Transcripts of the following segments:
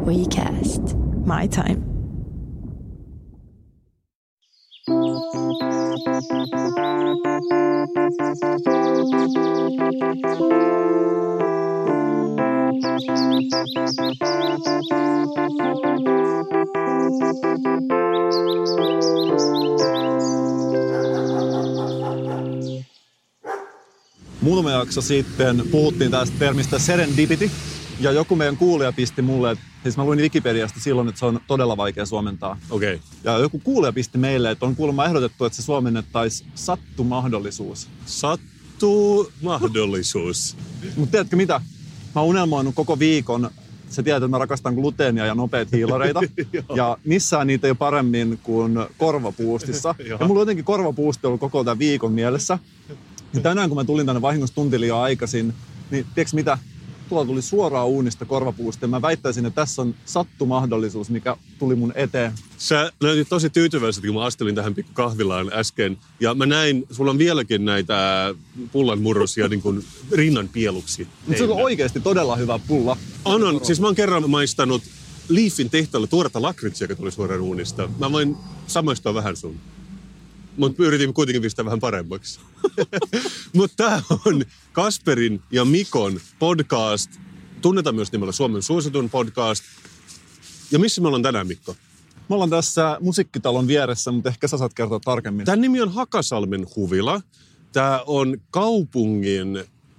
WeCast. My time. Muutama jakso sitten puhuttiin tästä termistä serendipity, ja joku meidän kuulija pisti mulle, että siis mä luin Wikipediasta silloin, että se on todella vaikea suomentaa. Okei. Ja joku kuulija pisti meille, että on kuulemma ehdotettu, että se suomennettaisiin sattumahdollisuus. Sattumahdollisuus. Mutta tiedätkö mitä? Mä oon unelmoinut koko viikon. Sä tiedät, että mä rakastan gluteenia ja nopeita hiilareita. Ja missään niitä ei ole paremmin kuin korvapuustissa. Ja mulla on jotenkin korvapuusti ollut koko tämän viikon mielessä. Ja tänään kun mä tulin tänne vahingossa tunti liian aikaisin, niin tiedätkö mitä? Tuolla tuli suoraan uunista korvapuusti. Mä väittäisin, että tässä on sattumahdollisuus, mikä tuli mun eteen. Sä näytit tosi tyytyväiseltä, kun mä astelin tähän pikku kahvilaan äsken. Ja mä näin, sulla on vieläkin näitä pullanmurrosia niin kuin rinnan pieluksi. Mutta se on oikeasti todella hyvä pulla. On. Siis mä oon kerran maistanut Leafin tehtaalla tuoretta lakritsia, joka tuli suoraan uunista. Mä voin samaistua vähän sun. Mutta yritin kuitenkin pistää vähän paremmaksi. Mutta tämä on Kasperin ja Mikon podcast. Tunnetaan myös nimellä Suomen suositun podcast. Ja missä me ollaan tänään, Mikko? Me ollaan tässä musiikkitalon vieressä, mutta ehkä sä saat kertoa tarkemmin. Tämän nimi on Hakasalmen huvila. Tämä on kaupungin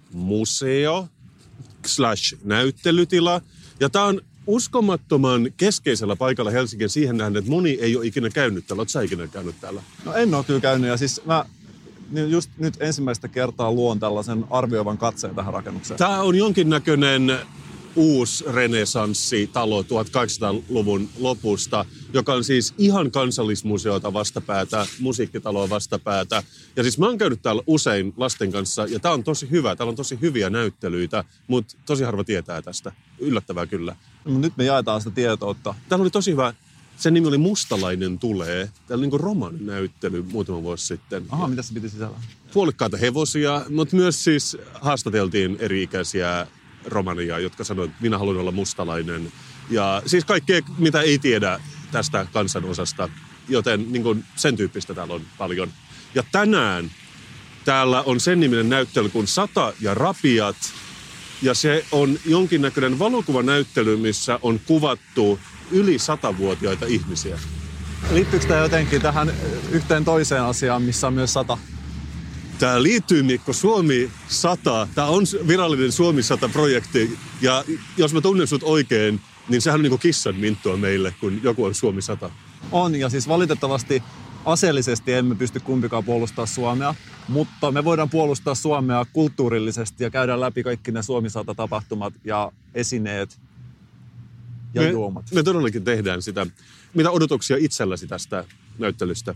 museo / näyttelytila. Ja tämä on uskomattoman keskeisellä paikalla Helsingin siihen nähden, että moni ei ole ikinä käynyt täällä. Oletko sä ikinä käynyt täällä? No en ole kyllä käynyt. Ja siis mä just nyt ensimmäistä kertaa luon tällaisen arvioivan katseen tähän rakennukseen. Tämä on jonkinnäköinen uusi renesanssitalo 1800-luvun lopusta, joka on siis ihan kansallismuseota vastapäätä, musiikkitaloa vastapäätä. Ja siis mä oon käynyt täällä usein lasten kanssa, ja tää on tosi hyvä. Täällä on tosi hyviä näyttelyitä, mutta tosi harva tietää tästä. Yllättävää kyllä. No, nyt me jaetaan sitä tietoutta. Täällä oli tosi hyvä. Sen nimi oli Mustalainen tulee. Täällä oli niin roman-näyttely muutama vuosi sitten. Aha, mitä se piti sisällä? Puolikkaita hevosia, mutta myös siis haastateltiin eri-ikäisiä romania, jotka sanoivat, että minä haluan olla mustalainen. Ja siis kaikkea, mitä ei tiedä tästä kansanosasta. Joten niin kuin sen tyyppistä täällä on paljon. Ja tänään täällä on sen niminen näyttely kuin Sata ja rapiat. Ja se on jonkinnäköinen valokuvanäyttely, missä on kuvattu yli 100-vuotiaita ihmisiä. Liittyykö tämä jotenkin tähän yhteen toiseen asiaan, missä on myös 100? Tämä liittyy, Mikko, Suomi 100. Tämä on virallinen Suomi 100-projekti. Ja jos mä tunnen sut oikein, niin sehän on niin kuin kissan minttua meille, kun joku on Suomi 100. On, ja siis valitettavasti aseellisesti emme pysty kumpikaan puolustamaan Suomea, mutta me voidaan puolustaa Suomea kulttuurillisesti ja käydä läpi kaikki ne Suomi 100-tapahtumat ja esineet ja juomat. Me todellakin tehdään sitä. Mitä odotuksia itselläsi tästä näyttelystä?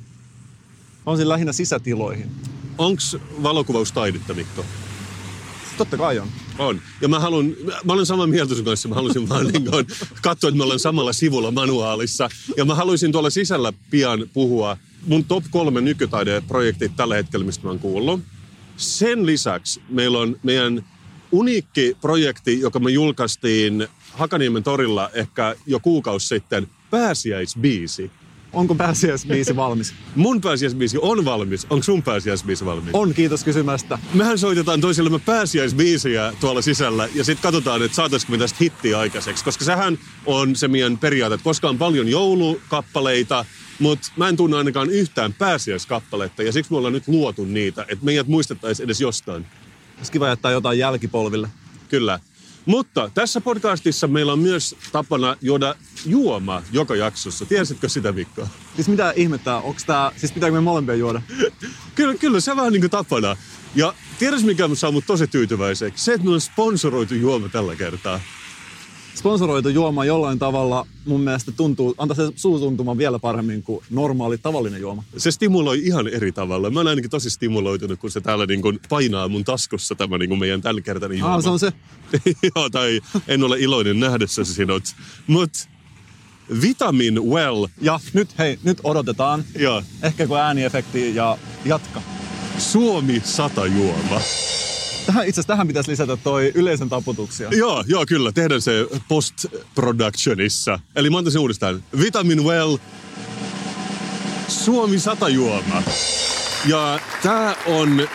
On siinä lähinnä sisätiloihin. Onks valokuvaus taidetta, Mikko? Totta kai on. On. Ja mä olen samaa mieltä sun kanssa. Mä halusin vaan niin katsoa, että me ollaan samalla sivulla manuaalissa. Ja mä haluaisin tuolla sisällä pian puhua mun top 3 nykytaideprojektit tällä hetkellä, mistä mä oon kuullut. Sen lisäksi meillä on meidän uniikki projekti, joka me julkaistiin Hakaniemen torilla ehkä jo kuukausi sitten, pääsiäisbiisi. Onko pääsiäisbiisi valmis? Mun pääsiäisbiisi on valmis. Onko sun pääsiäisbiisi valmis? On, kiitos kysymästä. Mehän soitetaan toisillemme pääsiäisbiisiä tuolla sisällä ja sitten katsotaan, että saataisiko me tästä hittiä aikaiseksi. Koska sehän on se meidän periaate, että koska on paljon joulukappaleita, mutta mä en tunne ainakaan yhtään pääsiäiskappaletta ja siksi me ollaan nyt luotu niitä, että meidät muistettaisiin edes jostain. Olisi kiva jättää jotain jälkipolville. Kyllä. Mutta tässä podcastissa meillä on myös tapana juoda juoma joka jaksossa. Tiesitkö sitä, Mikko? Siis mitä ihmettää? Onks tää, siis pitääkö me molempia juoda? Kyllä, se on vähän niin kuin tapana. Ja tiedätkö, mikä saa mut tosi tyytyväiseksi? Se, että meillä on sponsoroitu juoma tällä kertaa. Sponsoroitu juoma jollain tavalla mun mielestä antaa se suutuntuman vielä paremmin kuin normaali tavallinen juoma. Se stimuloi ihan eri tavalla. Mä olen ainakin tosi stimuloitunut, kun se täällä niin kuin painaa mun taskussa tämä niin kuin meidän tämänkertainen juoma. Se on se? Joo, tai en ole iloinen nähdessäsi sinut. Mut Vitamin Well. Ja nyt odotetaan. Ja. Ehkä kun ääniefekti ja jatka. Suomi 100 juoma. Tähän pitäisi lisätä toi yleisön taputuksia. Joo, kyllä. Tehdään se post-productionissa. Eli mä antaisin uudestaan. Vitamin Well Suomi 100 juoma. Ja tää on...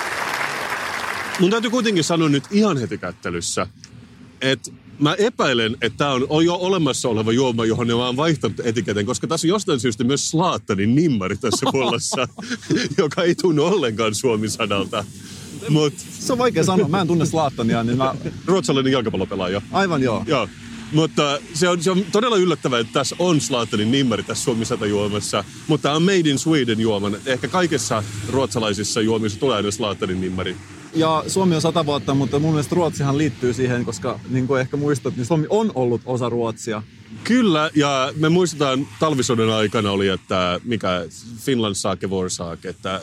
Mun täytyy kuitenkin sanoa nyt ihan heti kättelyssä, että mä epäilen, että tää on jo olemassa oleva juoma, johon ne vaan vaihtanut etiketin, koska tässä on jostain syystä myös Zlatanin nimmari tässä pullossa, joka ei tunnu ollenkaan Suomi 100:lta. Se on vaikea sanoa. Mä en tunne Zlatania, niin mä... Ruotsalainen jalkapallopelaaja. Aivan joo. Mutta se on todella yllättävää, että tässä on Zlatanin nimmari tässä Suomi 100 juomassa. Mutta tämä on Made in Sweden juoman. Ehkä kaikissa ruotsalaisissa juomissa tulee aina Zlatanin nimmari. Ja Suomi on 100 vuotta, mutta mun mielestä Ruotsihan liittyy siihen, koska niin kuin ehkä muistat, niin Suomi on ollut osa Ruotsia. Kyllä, ja me muistetaan talvisodan aikana oli, että mikä Finland saake, vår sak, että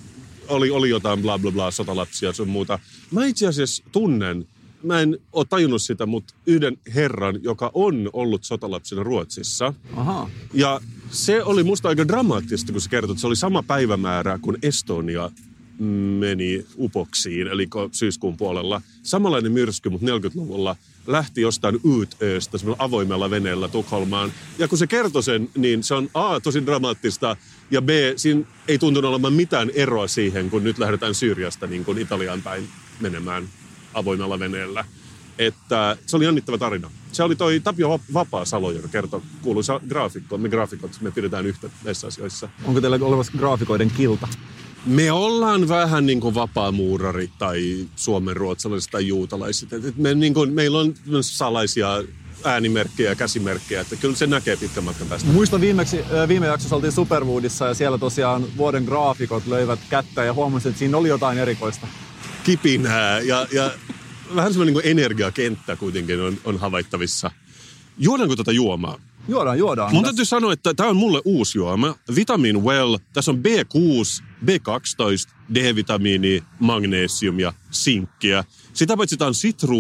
oli jotain bla bla bla, sotalapsia ja sun muuta. Mä itse asiassa tunnen, mä en ole tajunnut sitä, mutta yhden herran, joka on ollut sotalapsena Ruotsissa. Aha. Ja se oli musta aika dramaattista, kun se kertoi, että se oli sama päivämäärä kuin Estonia meni upoksiin, eli syyskuun puolella. Samanlainen myrsky, mutta 40-luvulla lähti jostain Utöstä, semmoilla avoimella veneellä Tukholmaan. Ja kun se kertoi sen, niin se on A, tosi dramaattista, ja B, siinä ei tuntunut olemaan mitään eroa siihen, kun nyt lähdetään Syyriasta niin kuin Italiaan päin menemään avoimella veneellä. Että se oli jännittävä tarina. Se oli toi Tapio Vapaasalo, joka kertoi kuuluisa graafikko. Me graafikot, me pidetään yhtä näissä asioissa. Onko teillä olevassa graafikoiden kilta? Me ollaan vähän niin kuin vapaamuurari tai suomenruotsalaiset tai juutalaiset. Meillä on salaisia äänimerkkejä ja käsimerkkejä, että kyllä se näkee pitkän matkan päästä. Muistan viime jaksossa oltiin Superwoodissa ja siellä tosiaan vuoden graafikot löivät kättä ja huomasin, että siinä oli jotain erikoista. Kipinää ja vähän semmoinen niin kuin energiakenttä kuitenkin on havaittavissa. Juodaanko tätä juomaa? Juodaan. Mun täytyy sanoa, että tämä on mulle uusi juoma. Vitamin Well. Tässä on B6, B12, D-vitamiini, magnesium ja sinkkiä. Sitä paitsi tämä on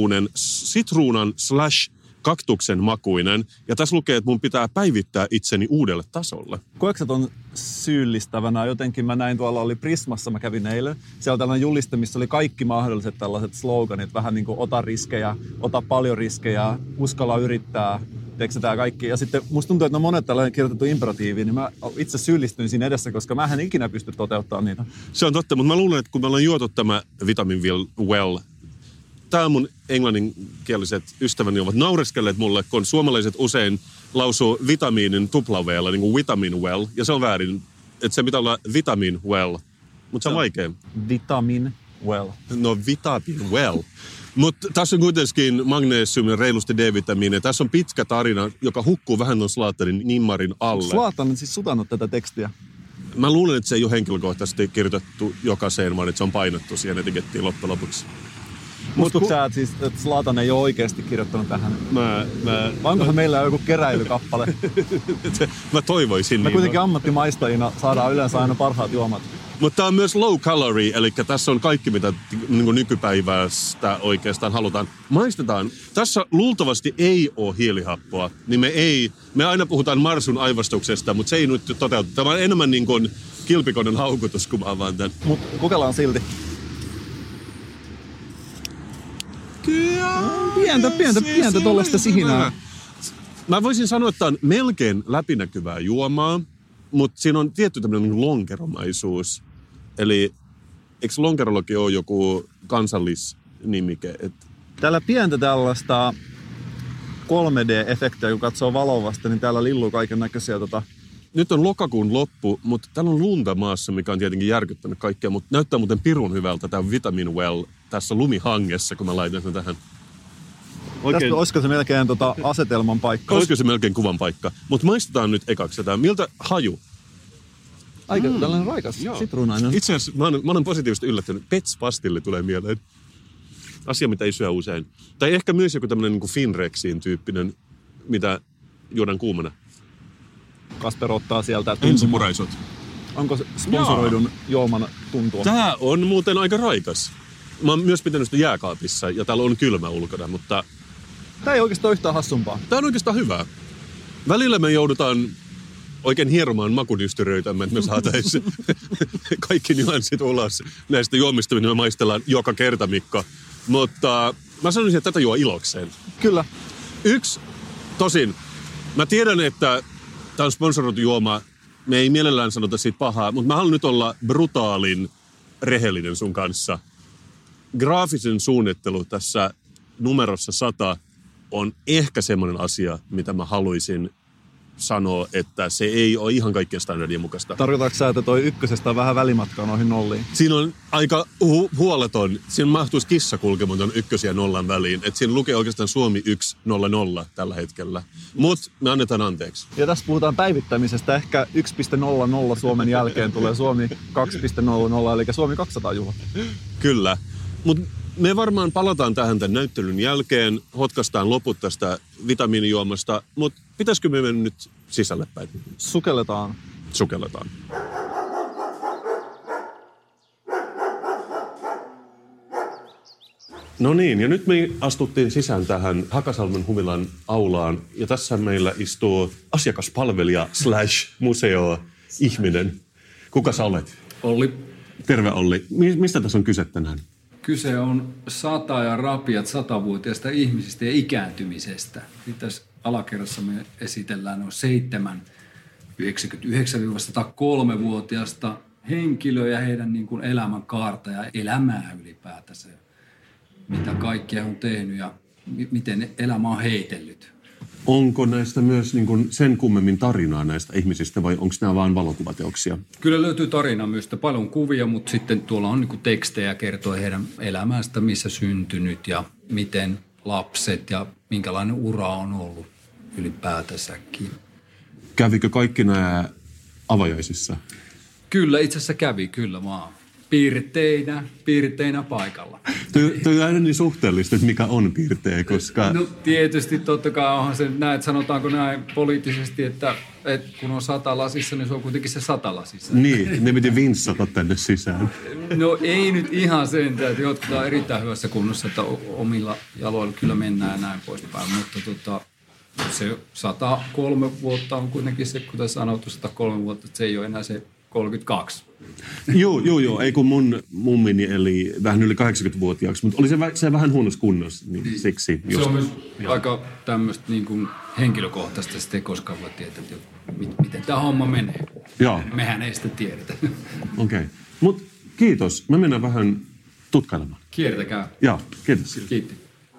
sitruunan / kaktuksen makuinen. Ja tässä lukee, että mun pitää päivittää itseni uudelle tasolle. Koetko ton syyllistävänä? Jotenkin mä näin, tuolla oli Prismassa, mä kävin eilen. Siellä oli tällainen juliste, missä oli kaikki mahdolliset tällaiset sloganit. Vähän niin kuin ota riskejä, ota paljon riskejä, uskalla yrittää. Teekö tää kaikki? Ja sitten musta tuntuu, että monet tällainen kirjoitettu imperatiivi, niin mä itse syyllistyin siinä edessä, koska mä en ikinä pysty toteuttamaan niitä. Se on totta, mutta mä luulen, että kun me ollaan juotu tämä Vitamin Well, tää mun englanninkieliset ystäväni ovat naureskelleet mulle, kun suomalaiset usein lausuu vitamiinin tuplaveella, niin kuin vitamin well, ja se on väärin, että se pitää olla vitamin well, mutta se on vaikea. Vitamin well. No vitamin well. Mutta tässä on kuitenkin magnesium ja reilusti D-vitamiineja. Tässä on pitkä tarina, joka hukkuu vähän tuon Zlatanin nimmarin alle. Zlatan on siis sutannut tätä tekstiä. Mä luulen, että se ei ole henkilökohtaisesti kirjoitettu jokaiseen, vaan että se on painettu siihen etikettiin loppujen lopuksi. Muistatko sä, että Zlatan ei ole oikeasti kirjoittanut tähän? Vai onkohan meillä joku keräilykappale? Mä toivoisin. Me kuitenkin ammattimaistajina saadaan yleensä aina parhaat juomat. Mutta tämä on myös low calorie, eli tässä on kaikki, mitä niin nykypäivästä oikeastaan halutaan. Maistetaan. Tässä luultavasti ei ole hiilihappoa, niin me aina puhutaan marsun aivastuksesta, mutta se ei nyt toteutu. Tämä on enemmän niin kuin kilpikonen haukutus, kun mä avaan tämän. Mutta kokeillaan silti. Pientä tollaista sihinää. Mä voisin sanoa, että on melkein läpinäkyvää juomaa, mutta siinä on tietty tämmöinen lonkeromaisuus. Eli eikö lonkerologi ole joku kansallisnimike? Täällä pientä tällaista 3D-efektiä, kun katsoo valovasta, niin täällä lilluu kaiken näköisiä Nyt on lokakuun loppu, mutta täällä on lunta maassa, mikä on tietenkin järkyttänyt kaikkea, mutta näyttää muuten pirun hyvältä tämä Vitamin Well tässä lumihangessa, kun mä laitan sen tähän. Tästä olisiko se melkein asetelman paikka? Olisiko se melkein kuvan paikka? Mutta maistetaan nyt ekaksi tätä. Miltä haju? Aika tällainen raikas, sitruunainen. Itse asiassa mä olen positiivisesti yllättynyt. Pets-pastilli tulee mieleen. Asia, mitä ei syö usein. Tai ehkä myös joku tämmöinen niin kuin Finrexiin tyyppinen, mitä juodaan kuumana. Kasper ottaa sieltä Ensimuraisot. Onko se sponsoroidun juoman tuntua? Tää on muuten aika raikas. Mä oon myös pitänyt sitä jääkaapissa ja täällä on kylmä ulkona, mutta... Tää ei oikeastaan yhtään hassumpaa. Tää on oikeastaan hyvää. Välillä me joudutaan oikein hieromaan makudystyröitämme, että me saataisiin kaikki nyanssit ulos näistä juomista, mitä me maistellaan joka kerta, Mikko. Mutta mä sanoisin, että tätä juo ilokseen. Kyllä. Tosin, mä tiedän, että tämä on sponsoroitu juoma. Me ei mielellään sanota siitä pahaa, mutta mä haluan nyt olla brutaalin rehellinen sun kanssa. Graafisen suunnittelu tässä numerossa 100 on ehkä semmoinen asia, mitä mä haluaisin sanoa, että se ei ole ihan kaikkien standardien mukaista. Tarkoitatko sä, että toi ykkösestä on vähän välimatkaa noihin nolliin? Siinä on aika huoleton. Siinä mahtuisi kissa kulkemaan ton ykkösen ja nollan väliin. Että siinä lukee oikeastaan Suomi 1.00 tällä hetkellä. Mutta me annetaan anteeksi. Ja tässä puhutaan päivittämisestä. Ehkä 1.00 Suomen jälkeen tulee Suomi 2.00, eli Suomi 200 juhla. Kyllä. Mutta me varmaan palataan tähän tämän näyttelyn jälkeen. Hotkastaan loput tästä vitamiinijuomasta. Mutta pitäisikö me mennä nyt sisälle päin? Sukelletaan. Sukelletaan. No niin, ja nyt me astuttiin sisään tähän Hakasalmen huvilan aulaan. Ja tässä meillä istuu asiakaspalvelija / museo-ihminen. Kuka sä olet? Olli. Terve Olli. Mistä tässä on kyse tänään? Kyse on 100 ja rapiat 100-vuotiaista ihmisistä ja ikääntymisestä. Tässä alakerrassa me esitellään noin 7 99-103-vuotiaista henkilöä ja heidän niin kuin elämän kaarta ja elämää ylipäätänsä. Mitä kaikkea on tehnyt ja miten elämä on heitellyt. Onko näistä myös niin kuin sen kummemmin tarinaa näistä ihmisistä vai onko nämä vain valokuvateoksia? Kyllä löytyy tarinaa myös, paljon kuvia, mutta sitten tuolla on niin kuin tekstejä kertoo heidän elämästä, missä syntynyt ja miten lapset ja minkälainen ura on ollut ylipäätänsäkin. Kävikö kaikki nämä avajaisissa? Kyllä, itse asiassa kävi kyllä vaan. Piirteinä paikalla. Toi on aina niin suhteellista, että mikä on piirteä, koska... No tietysti totta kai onhan se näin, sanotaanko näin poliittisesti, että kun on 100 lasissa, niin se on kuitenkin se 100 lasissa. Niin, ne piti vinssata tänne sisään. No ei nyt ihan sentään, että jotkut on erittäin hyvässä kunnossa, että omilla jaloilla kyllä mennään ja näin poispäin, mutta se 103 vuotta on kuitenkin se, kuten sanottu, 103 vuotta, että se ei ole enää se 32. Joo. Ei kun mun mummini eli vähän yli 80-vuotiaaksi, mutta oli se vähän huonossa kunnossa, niin siksi. Se on myös aika tämmöistä niin kuin henkilökohtaista, sitä ei koskaan voi tietää, miten tämä homma menee. Joo. Mehän ei sitä tiedetä. Okei. Mutta kiitos. Me mennään vähän tutkailemaan. Kiertäkää. Joo, kiitos. Kiitti.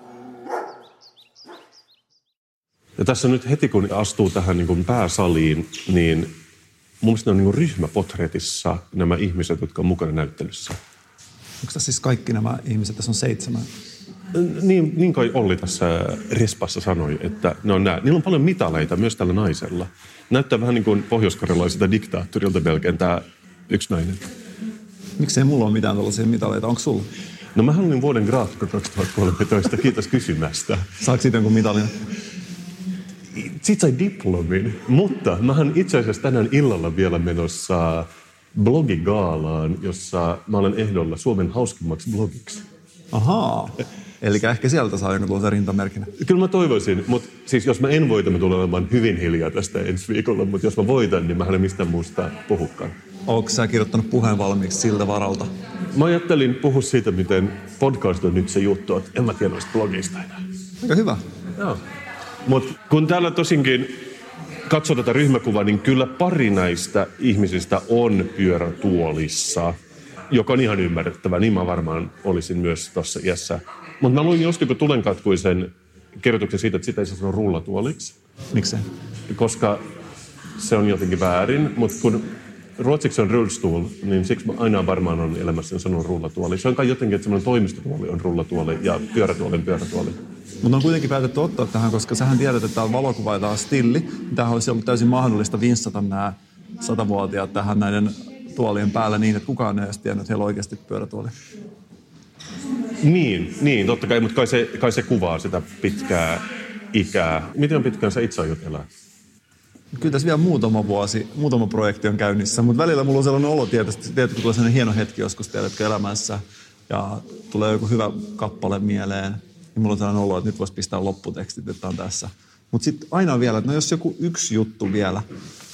Ja tässä nyt heti kun astuu tähän niin kuin pääsaliin, niin mun mielestä ne on niin kuin ryhmäpotretissa nämä ihmiset, jotka on mukana näyttelyssä. Onko tässä siis kaikki nämä ihmiset? Tässä on 7. Niin kai Olli tässä respassa sanoi, että ne on nämä. Niillä on paljon mitaleita myös tällä naisella. Näyttää vähän niin kuin pohjoiskarjalaiselta diktaattorilta melkein tämä yksi nainen. Miksei mulla ole mitään tällaisia mitaleita? Onko sulla? No mä olin vuoden graafikko 2013. Kiitos kysymästä. Saatko siitä jonkun mitalin? Siitä sai diplomin, mutta mähän itse asiassa tänään illalla vielä menossa blogigaalaan, jossa mä olen ehdolla Suomen hauskimmaksi blogiksi. Ahaa. Eli ehkä sieltä saa jonkun tuollaisen rintamerkinä. Kyllä mä toivoisin, mutta siis jos mä en voita, mä tulen olemaan hyvin hiljaa tästä ensi viikolla, mutta jos mä voitan, niin mä en mistään muusta puhukaan. Ootko sä kirjoittanut puheen valmiiksi siltä varalta? Mä ajattelin puhua siitä, miten podcast on nyt se juttu, että en mä tiedä noista blogista enää. Aika hyvä. Joo. Mutta kun täällä tosinkin katsoo tätä ryhmäkuvaa, niin kyllä pari näistä ihmisistä on pyörätuolissa, joka on ihan ymmärrettävää. Niin mä varmaan olisin myös tuossa iässä. Mutta mä luin jostain tulenkatkuisen kirjoituksen siitä, että sitä ei saa sanoa rullatuoliksi. Miksi? Koska se on jotenkin väärin, mutta kun ruotsiksi on rullstol, niin siksi mä aina varmaan on elämässäni sanonut rullatuoli. Se on kai jotenkin, että semmoinen toimistotuoli on rullatuoli ja pyörätuoli on pyörätuoli. Mutta on kuitenkin päätetty ottaa tähän, koska sähän tiedät, että täällä valokuva ja tää on stilli. Tämähän olisi ollut täysin mahdollista vinssata nämä 100-vuotiaat tähän näiden tuolien päällä niin, että kukaan ei edes tiennyt, että heillä on oikeasti pyörätuoli. Niin, totta kai, mutta kai se kuvaa sitä pitkää ikää. Miten pitkään sä itse aiot elää? Kyllä tässä vielä muutama projekti on käynnissä, mutta välillä mulla on sellainen olo tietysti, kun tulee sellainen hieno hetki joskus, tiedätkö, elämässä ja tulee joku hyvä kappale mieleen, niin mulla on sellainen olo, että nyt voisi pistää lopputekstit, että on tässä. Mutta sitten aina vielä, että no jos joku yksi juttu vielä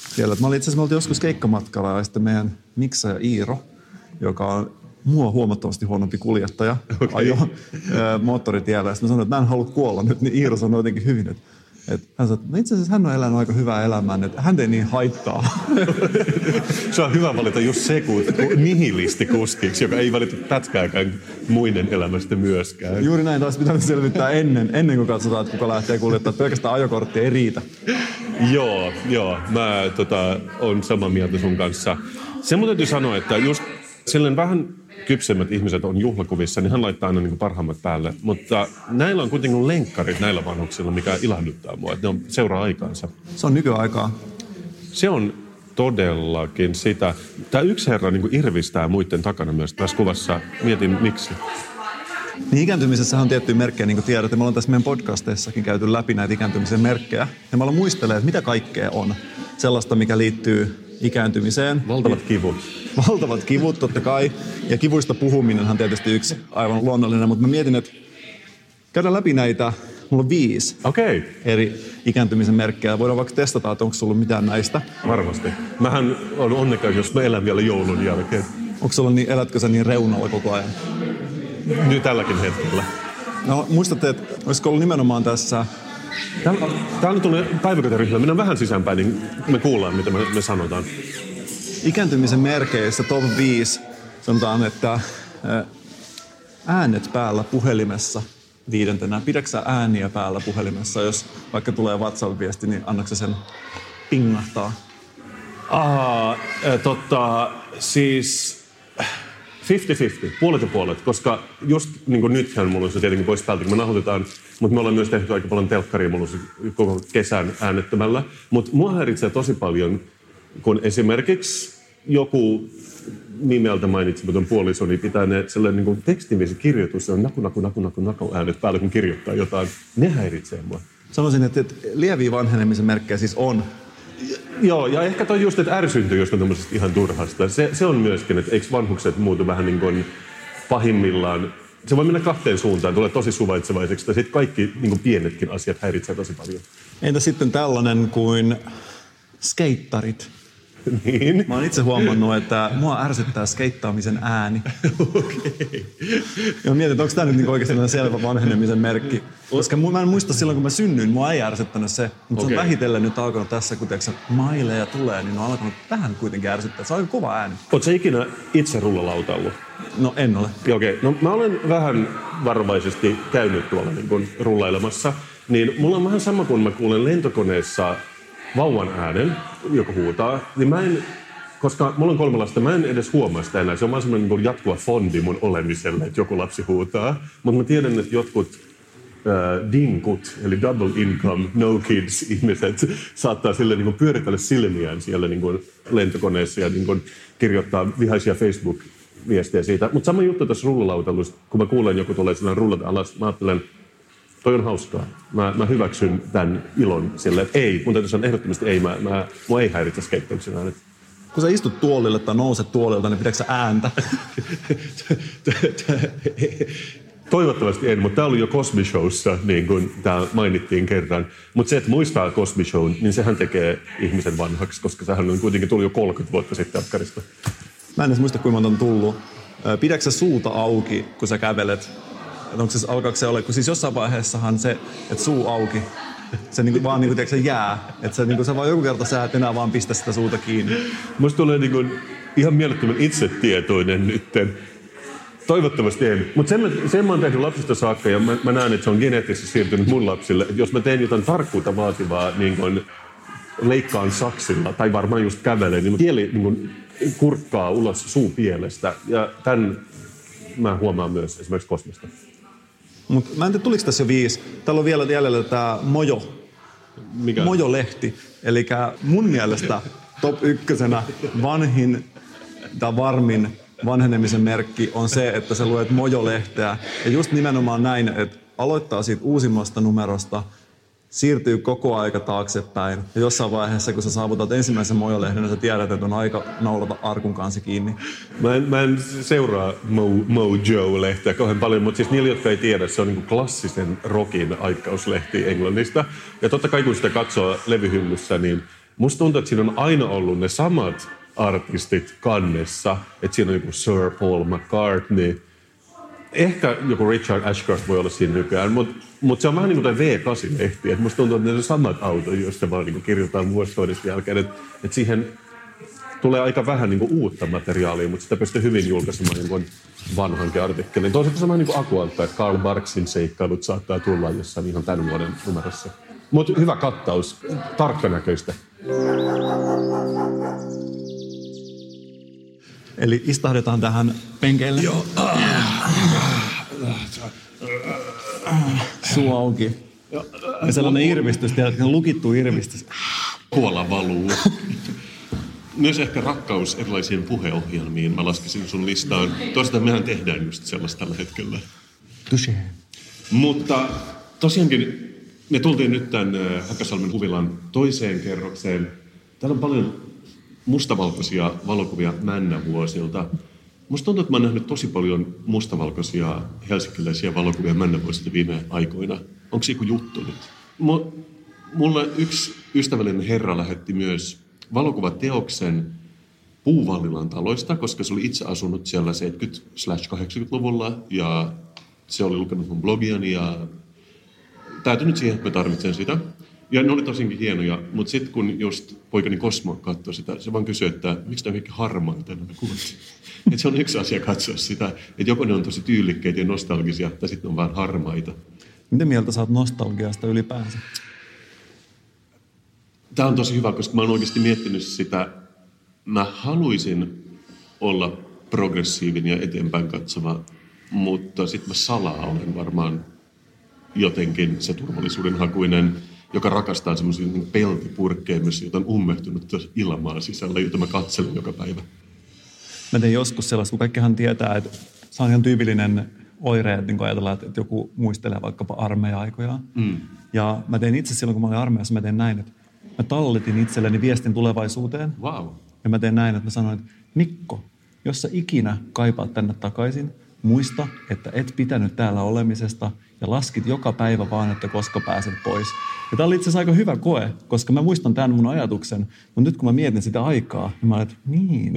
Siellä. Mä oltiin joskus keikkamatkalla ja sitten meidän miksaaja Iiro, joka on mua huomattavasti huonompi kuljettaja, ajoi moottoritiellä. Ja sitten mä sanoin, että mä en halua kuolla nyt, niin Iiro sanoi jotenkin hyvin, että hän sanoi, että itse asiassa hän on elänyt aika hyvää elämää, että hän ei niin haittaa. Se on hyvä valita just se nihilistikuskiksi, joka ei valita pätkääkään muiden elämästä myöskään. Juuri näin, taas pitänyt selvittää ennen kuin katsotaan, että kuka lähtee kuljettaa. Pelkästään ajokortti ei riitä. Joo. Mä on samaa mieltä sun kanssa. Se mun täytyy sanoa, että just silleen vähän kypsemmät ihmiset on juhlakuvissa, niin hän laittaa aina niin parhaimmat päälle. Mutta näillä on kuitenkin lenkkarit näillä vanhuksilla, mikä ilahduttaa mua, että ne seuraa aikaansa. Se on nykyaikaa. Se on todellakin sitä. Tämä yksi herra niin irvistää muiden takana myös tässä kuvassa. Mietin, miksi. Niin ikääntymisessä on tiettyjä merkkejä, niin kuin tiedät. Me ollaan tässä meidän podcasteissakin käyty läpi näitä ikääntymisen merkkejä. Ja mä aloin muistelemaan, että mitä kaikkea on sellaista, mikä liittyy ikääntymiseen. Valtavat kivut, totta kai. Ja kivuista puhuminen on tietysti yksi aivan luonnollinen. Mutta mä mietin, että käydään läpi näitä. Mulla on 5 eri ikääntymisen merkkejä. Voidaan vaikka testata, että onko sulla mitään näistä. Varmasti. Mähän on onnekas, jos mä elän vielä joulun jälkeen. Onko sulla elätkö sä niin reunalla koko ajan? Nyt tälläkin hetkellä. No muistatte, että olisiko ollut nimenomaan tässä... Täällä tulee päiväkotiryhmä. Mennään vähän sisäänpäin, niin me kuullaan, mitä me sanotaan. Ikääntymisen merkeissä top 5 sanotaan, että äänet päällä puhelimessa 5. Pidätkö sä ääniä päällä puhelimessa, jos vaikka tulee WhatsApp-viesti, niin annatko sen pingahtaa? Siis 50-50, puolet ja puolet, koska just niin kuin nythän mulla on se tietenkin pois päältä, kun me nauhoitetaan, mutta me ollaan myös tehty aika paljon telkkaria mulla on koko kesän äänettömällä. Mutta mua häiritsee tosi paljon, kun esimerkiksi joku nimeltä mainitsematon puolisoni pitää ne sellainen niin tekstimisen kirjoitus, se on naku äänet päällä, kun kirjoittaa jotain. Ne häiritsee mua. Sanoisin, että lieviä vanhenemisen merkkejä siis on. Joo, ja ehkä toi just, että ärsyntyy jostain tämmöisestä ihan turhasta. Se on myöskin, että eikö vanhukset muutu vähän niin kuin pahimmillaan. Se voi mennä 2 suuntaan, tulee tosi suvaitsevaiseksi, ja sitten kaikki niin kuin pienetkin asiat häiritsee tosi paljon. Entä sitten tällainen kuin skeittarit? Niin. Mä oon itse huomannut, että mua ärsyttää skeittaamisen ääni. Okei. Ja mietin, että onko tämä nyt oikeasti selvä vanhenemisen merkki. Koska mä en muista silloin, kun mä synnyin, mua ei ärsyttänyt se. Mutta se on vähitellen nyt alkanut tässä, kun maileja tulee, niin on alkanut vähän kuitenkin ärsyttää. Se on aika kova ääni. Ootko sä ikinä itse rullalautallut? No en ole. Okei. No mä olen vähän varovaisesti käynyt tuolla niin kuin rullailemassa. Niin mulla on vähän sama, kun mä kuulen lentokoneessa vauvan äänen, joka huutaa, niin mä en, koska mulla on 3 lasta, mä en edes huomaa sitä enää. Se on vaan semmoinen niin jatkuva fondi mun olemiselle, että joku lapsi huutaa. Mutta mä tiedän, että jotkut dinkut, eli double income, no kids ihmiset saattaa sille niin pyöritellä silmiään siellä niin lentokoneessa ja niin kirjoittaa vihaisia Facebook-viestejä siitä. Mutta sama juttu tässä rullalautailusta, kun mä kuulen joku tulee sellainen rullata alas, mä ajattelen, toi on hauskaa. Mä hyväksyn tämän ilon silleen, että ei, mun täytyy sanoa ehdottomasti ei, mua ei häiritse skeittauksen äänet. Kun sä istut tuolille tai nouset tuolilta, niin pidätkö sä ääntä? Toivottavasti en, mutta tämä oli jo Cosby Showssa, niin kuin tämä mainittiin kerran. Mutta se, että muistaa Cosby Shown, niin sehän tekee ihmisen vanhaksi, koska sehän on kuitenkin tullut jo 30 vuotta sitten Afkarista. Mä en edes muista, kuinka monta on tullut. Pidätkö sä suuta auki, kun sä kävelet? Alkaako se olla, kun siis jossain vaiheessahan se, että suu auki, se niinku vaan niinku, tiedätkö, se jää. Että se, niinku, sä vaan joku kerta sä et enää vaan pistä sitä suuta kiinni. Musta tulee niinku ihan mielettömän itsetietoinen nytten. Toivottavasti en. Mutta sen mä oon tehnyt lapsista saakka ja mä näen, että se on geneettisesti siirtynyt mun lapsille. Että jos mä teen jotain tarkkuutta vaativaa, niin kun leikkaan saksilla tai varmaan just kävelen, niin kieli niin kun kurkkaa ulos suupielestä. Ja tämän mä huomaan myös esimerkiksi Kosmesta. Mutta mä en tiedä, tuliko tässä jo 5. Täällä on vielä jäljellä tämä Mojo. Mikä? Mojo-lehti. Eli mun mielestä top 1 vanhin tai varmin vanhenemisen merkki on se, että sä luet Mojo-lehteä. Ja just nimenomaan näin, että aloittaa siitä uusimmasta numerosta, siirtyy koko aika taaksepäin. Ja jossain vaiheessa, kun sä saavutat ensimmäisen Mojo-lehden, niin sä tiedät, että on aika naulata arkun kansi kiinni. Mä en seuraa Mojo-lehteä kauhean paljon, mutta siis niille, jotka ei tiedä, se on niin kuin klassisen rockin aikkauslehti Englannista. Ja totta kai, kun sitä katsoo levyhyllyssä, niin Musta tuntuu, että siinä on aina ollut ne samat artistit kannessa. Että siinä on joku Sir Paul McCartney. Ehkä joku Richard Ashcroft voi olla siinä nykyään, mutta se on vähän niin kuin toi V8-lehti. Et musta tuntuu, että ne on samat autot, joista vaan niin kirjoitetaan vuosi toisesta jälkeen. Että siihen tulee aika vähän niin kuin uutta materiaalia, mutta sitä pystyy hyvin julkaisemaan jonkun vanhankin artikkelin. Toisaalta se on vähän niin kuin Akualta, että Karl Barksin seikkailut saattaa tulla jossain ihan tämän vuoden numerossa. Mutta hyvä kattaus, tarkkanäköistä. Eli istahdetaan tähän penkeille. Joo. Suu auki. Ja sellainen irvistys, tiedätkö, lukittu irvistys. Kuola valuu. Myös ehkä rakkaus erilaisiin puheohjelmiin. Mä laskisin sun listaan. Toisaalta mehän tehdään just sellaista tällä hetkellä. Touché. Mutta tosiaankin me tultiin nyt tämän Hakasalmen huvilan toiseen kerrokseen. Täällä on paljon mustavalkoisia valokuvia Männävuosilta. Musta tuntuu, että mä oon nähnyt tosi paljon mustavalkoisia helsinkiläisiä valokuvia Männävuosilta viime aikoina. Onko se joku juttu nyt? Mulle yksi ystävällinen herra lähetti myös valokuvateoksen Puuvallilan taloista, koska se oli itse asunut siellä 70-80-luvulla ja se oli lukenut mun blogiani ja täytynyt siihen, että mä tarvitsen sitä. Ja ne oli tosinkin hienoja, mutta sitten kun just poikani Cosmo katsoi sitä, se vaan kysyi, että miksi ne on kaikki harmaita nämä kuvat. Että se on yksi asia katsoa sitä, että joko ne on tosi tyylikkeitä ja nostalgisia, tai sitten ne on vaan harmaita. Miten mieltä sä oot nostalgiasta ylipäänsä? Tämä on tosi hyvä, koska mä oon oikeasti miettinyt sitä. Mä haluaisin olla progressiivinen ja eteenpäin katsova, mutta sitten mä salaa olen varmaan jotenkin se turvallisuudenhakuinen, joka rakastaa semmoisia niin peltipurkkeja, joita on ummehtunut ilmaa sisällä, jota mä katselen joka päivä. Mä tein joskus sellaista, kun kaikkihan tietää, että se on ihan tyypillinen oire, että niin ajatellaan, että joku muistelee vaikkapa armeija-aikojaan. Ja mä tein itse silloin, kun mä olin armeijassa, mä tein näin, että mä talletin itselleni viestin tulevaisuuteen. Wow. Ja mä tein näin, että mä sanoin, että Mikko, jos sä ikinä kaipaat tänne takaisin, muista, että et pitänyt täällä olemisesta ja laskit joka päivä vaan, että koska pääset pois. Ja tää oli itse asiassa aika hyvä koe, koska mä muistan tämän mun ajatuksen, mutta nyt kun mä mietin sitä aikaa, niin mä olen, että niin.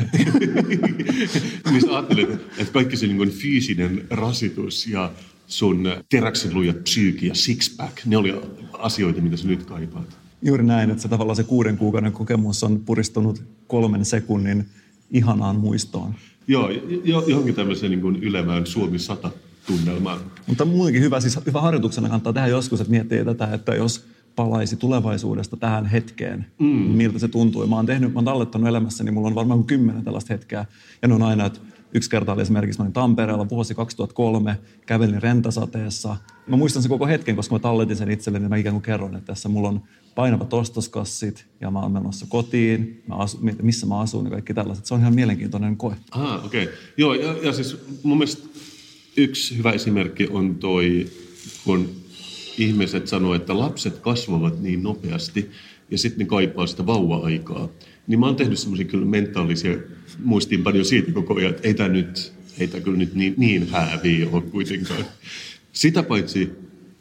Mistä ajattelet, että kaikki se niin fyysinen rasitus ja sun teräksenluja psyyki ja six-pack, ne oli asioita, mitä sä nyt kaipaat. Juuri näin, että se tavallaan se 6 kuukauden kokemus on puristunut 3 sekunnin ihanaan muistoon. Joo, johonkin tämmöiseen niin kuin ylevään Suomi 100 tunnelmaan. Mutta muutenkin hyvä harjoituksena kannattaa tehdä joskus, että miettii tätä, että jos palaisi tulevaisuudesta tähän hetkeen, miltä se tuntuu. Mä oon tallettanut elämässäni, mulla on varmaan 10 tällaista hetkeä. Ja ne on aina, että yksi kerta oli esimerkiksi, mä olin Tampereella vuosi 2003, kävelin rentasateessa. Mä muistan sen koko hetken, koska mä talletin sen itselleni, niin mä ikään kuin kerron, että tässä mulla on painavat ostoskassit ja mä oon menossa kotiin, missä mä asun ja kaikki tällaiset. Se on ihan mielenkiintoinen koe. Okei. Okay. Joo, ja siis mun mielestä yksi hyvä esimerkki on toi, kun ihmiset sanoo, että lapset kasvavat niin nopeasti ja sitten ne kaipaa sitä vauva-aikaa. Niin mä oon tehnyt semmoisia kyllä mentaalisia muistiinpanoja siitä koko ajan, että ei tää kyllä nyt niin hääviä ole kuitenkaan. Sitä paitsi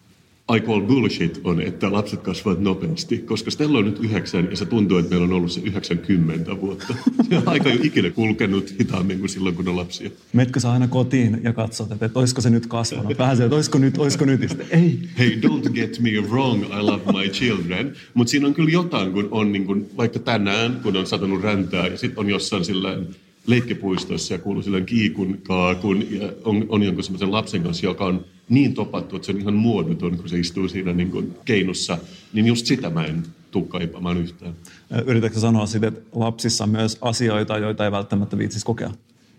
I call bullshit on, että lapset kasvavat nopeasti, koska Stella on nyt 9 ja se tuntuu, että meillä on ollut se 90 vuotta. Se on aika jo ikinä kulkenut hitaammin kuin silloin, kun on lapsia. Metkö sä aina kotiin ja katsot, että olisiko se nyt kasvanut? Vähän se, että olisiko nyt? Ei. Hey, don't get me wrong, I love my children. Mutta siinä on kyllä jotain, kun on niin kun, vaikka tänään, kun on satanut räntää ja sitten on jossain silleen leikkipuistossa ja kuuluu silleen kiikun, kaakun ja on jonkun semmoisen lapsen kanssa, joka on niin topattu, että se on ihan muodoton, kun se istuu siinä niin kuin keinussa. Niin just sitä mä en tule kaipaamaan yhtään. Yritätkö sanoa sitten, että lapsissa on myös asioita, joita ei välttämättä viitsisi kokea?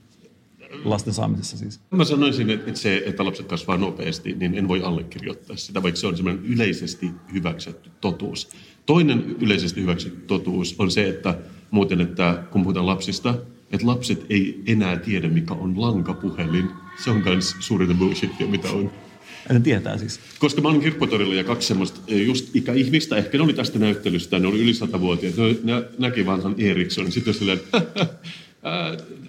Lasten saamisessa siis. Mä sanoisin, että se, että lapset kasvaa nopeasti, niin en voi allekirjoittaa sitä, vaikka se on semmoinen yleisesti hyväksytty totuus. Toinen yleisesti hyväksytty totuus on se, että muuten, että kun puhutaan lapsista, että lapset ei enää tiedä, mikä on lankapuhelin. Se on myös suurinta bullshittia, mitä on. Ne tietää siis. Koska mä olin kirpputorilla ja 2 semmoista just ikäihmistä, ehkä ne oli tästä näyttelystä, ne oli yli 100-vuotiaat, ne näki vanhan Erikssonin, sitten silleen,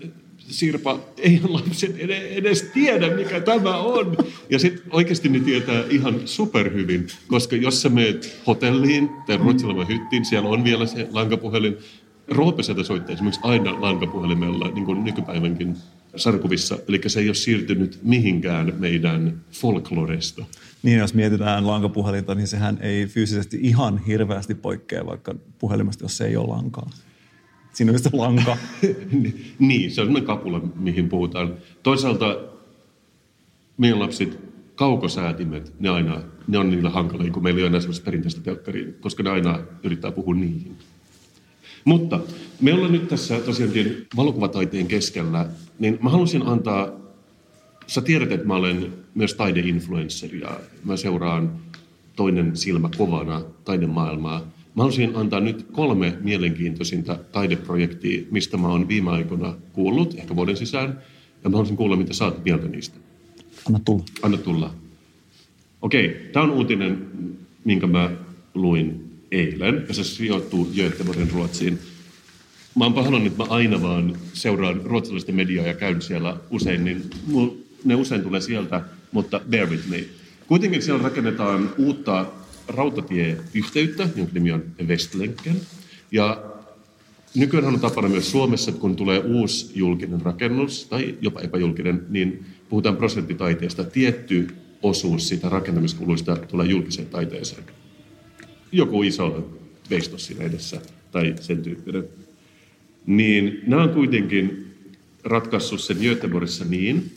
Sirpa, ei lapset edes tiedä, mikä tämä on. Ja sitten oikeasti ne tietää ihan superhyvin, koska jos sä meet hotelliin tai Ruotsilaman hyttiin, siellä on vielä se lankapuhelin. Roope sieltä soittaa esimerkiksi aina lankapuhelimella, niin kuin nykypäivänkin sarkuvissa. Eli se ei ole siirtynyt mihinkään meidän folkloresta. Niin, jos mietitään lankapuhelinta, niin sehän ei fyysisesti ihan hirveästi poikkea vaikka puhelimesta, jos se ei ole lankaa. Siinä on just se lanka. Niin, se on sellainen kapula, mihin puhutaan. Toisaalta meidän lapset, kaukosäätimet, ne on niillä hankalia, kun meillä ei ole enää sellaista perinteistä telkkaria, koska ne aina yrittää puhua niihin. Mutta me ollaan nyt tässä tosiaankin valokuvataiteen keskellä, niin mä halusin antaa, sä tiedät, että mä olen myös taideinfluenssari ja mä seuraan toinen silmä kovana taidemaailmaa. Mä haluaisin antaa nyt 3 mielenkiintoisinta taideprojektia, mistä mä oon viime aikoina kuullut, ehkä vuoden sisään. Ja mä haluaisin kuulla, mitä sä oot mieltä niistä. Anna tulla. Anna tulla. Okei, tää on uutinen, minkä mä luin eilen, ja se sijoittuu Göteborgin Ruotsiin. Mä oon pahoillani, että mä aina vaan seuraan ruotsalaista mediaa ja käyn siellä usein, niin ne usein tulee sieltä, mutta bear with me. Kuitenkin siellä rakennetaan uutta rautatieyhteyttä, jonka nimi on Vestlänken. Ja nykyään on tapana myös Suomessa, että kun tulee uusi julkinen rakennus tai jopa epäjulkinen, niin puhutaan prosenttitaiteesta. Tietty osuus siitä rakentamiskuluista tulee julkiseen taiteeseen. Joku iso veistos siinä edessä tai sen tyyppinen. Niin nämä on kuitenkin ratkaissut sen Göteborgissa niin,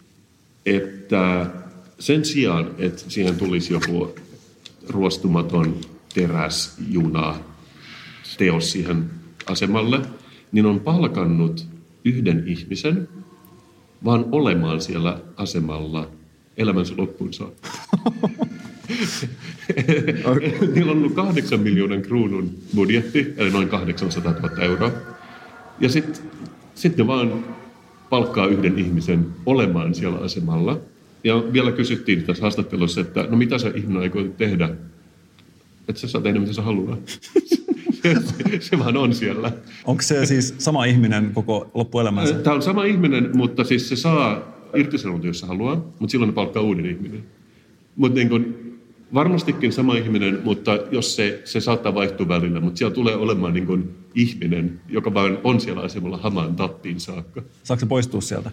että sen sijaan, että siihen tulisi joku ruostumaton teräsjuna teos siihen asemalle, niin on palkannut yhden ihmisen vaan olemaan siellä asemalla elämänsä loppuun saakka. Niillä on ollut 8 miljoonan kruunun budjetti, eli noin 800 000 euroa. Ja sitten ne vaan palkkaa yhden ihmisen olemaan siellä asemalla. Ja vielä kysyttiin tässä haastattelussa, että no mitä se ihminen aikoo tehdä? Että se saa tehdä mitä se haluaa. Se vaan on siellä. Onko se siis sama ihminen koko loppuelämänsä? Tämä on sama ihminen, mutta siis se saa irtisanoutua, jos se haluaa, mutta silloin ne palkkaa uuden ihminen. Mutta niin kun, varmastikin sama ihminen, mutta jos se saattaa vaihtua välillä, mutta siellä tulee olemaan niin kun ihminen, joka vaan on siellä asemalla hamaan tappiin saakka. Saako se poistua sieltä?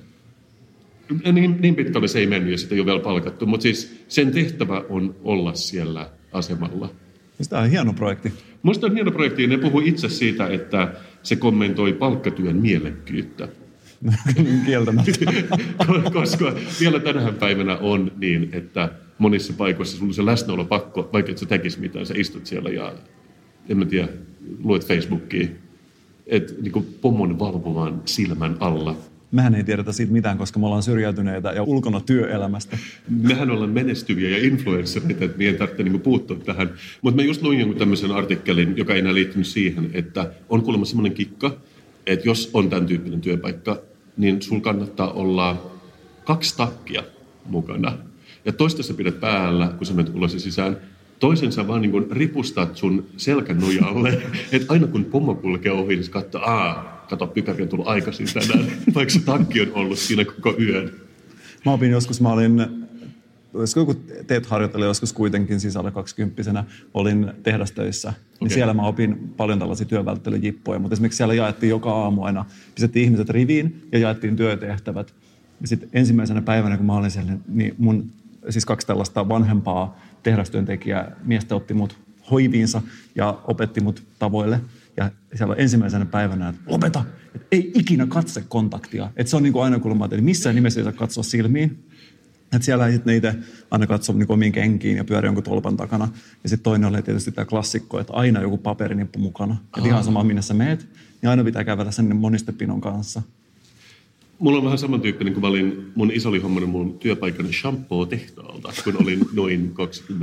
Niin pitkälle se ei mennyt ja sitä ei ole vielä palkattu, mutta siis sen tehtävä on olla siellä asemalla. Tämä on hieno projekti. Minusta on hieno projekti ja ne puhuu itse siitä, että se kommentoi palkkatyön mielekkyyttä. Kieltämättä. Koska vielä tänään päivänä on niin, että monissa paikoissa sulla on se läsnäolo pakko, vaikka et sä tekisi mitään, sä istut siellä ja en mä tiedä, luet Facebookia, että niin pomon valvovan silmän alla. Mehän ei tiedetä siitä mitään, koska me ollaan syrjäytyneitä ja ulkona työelämästä. Mehän ollaan menestyviä ja influenssereita, että meidän tarvitse niin puuttua tähän. Mutta mä just luin jonkun tämmöisen artikkelin, joka ei enää liittynyt siihen, että on kuulemma semmoinen kikka, että jos on tämän tyyppinen työpaikka, niin sul kannattaa olla 2 takkia mukana. Ja toista sä pidät päällä, kun sä menet ulos ja sisään. Toisen sä vaan niin kuin ripustat sun selkänojalle, että aina kun pomo kulkee ohi, niin sä katsoo, kato, Pykäri on tullut aikaisin tänään, vaikka se takki on ollut siinä koko yön. Mä opin joskus, olisiko joku TET-harjoittelija joskus kuitenkin, siis alle 20-vuotiaana, olin tehdastöissä. Niin siellä mä opin paljon tällaisia työvälttelyjippoja, mutta esimerkiksi siellä jaettiin joka aamu aina, pistettiin ihmiset riviin ja jaettiin työtehtävät. Ja sitten ensimmäisenä päivänä, kun mä olin siellä, niin mun siis 2 tällaista vanhempaa tehdastyöntekijää miestä otti mut hoiviinsa ja opetti mut tavoille. Ja siellä ensimmäisenä päivänä, että lopeta, että ei ikinä katsekontaktia. Että se on niin kuin aina kulma, että missään nimessä ei saa katsoa silmiin. Että siellä ei sitten itse aina katso niin omiin kenkiin ja pyöri jonkun tolpan takana. Ja sitten toinen oli tietysti tämä klassikko, että aina joku paperinippu mukana. Että ihan sama, minne sä meet, niin aina pitää kävellä sen monistepinon kanssa. Mulla on vähän samantyyppinen, kun mä olin mun iso oli hommannut mun työpaikani shampoo-tehtaalta, kun olin noin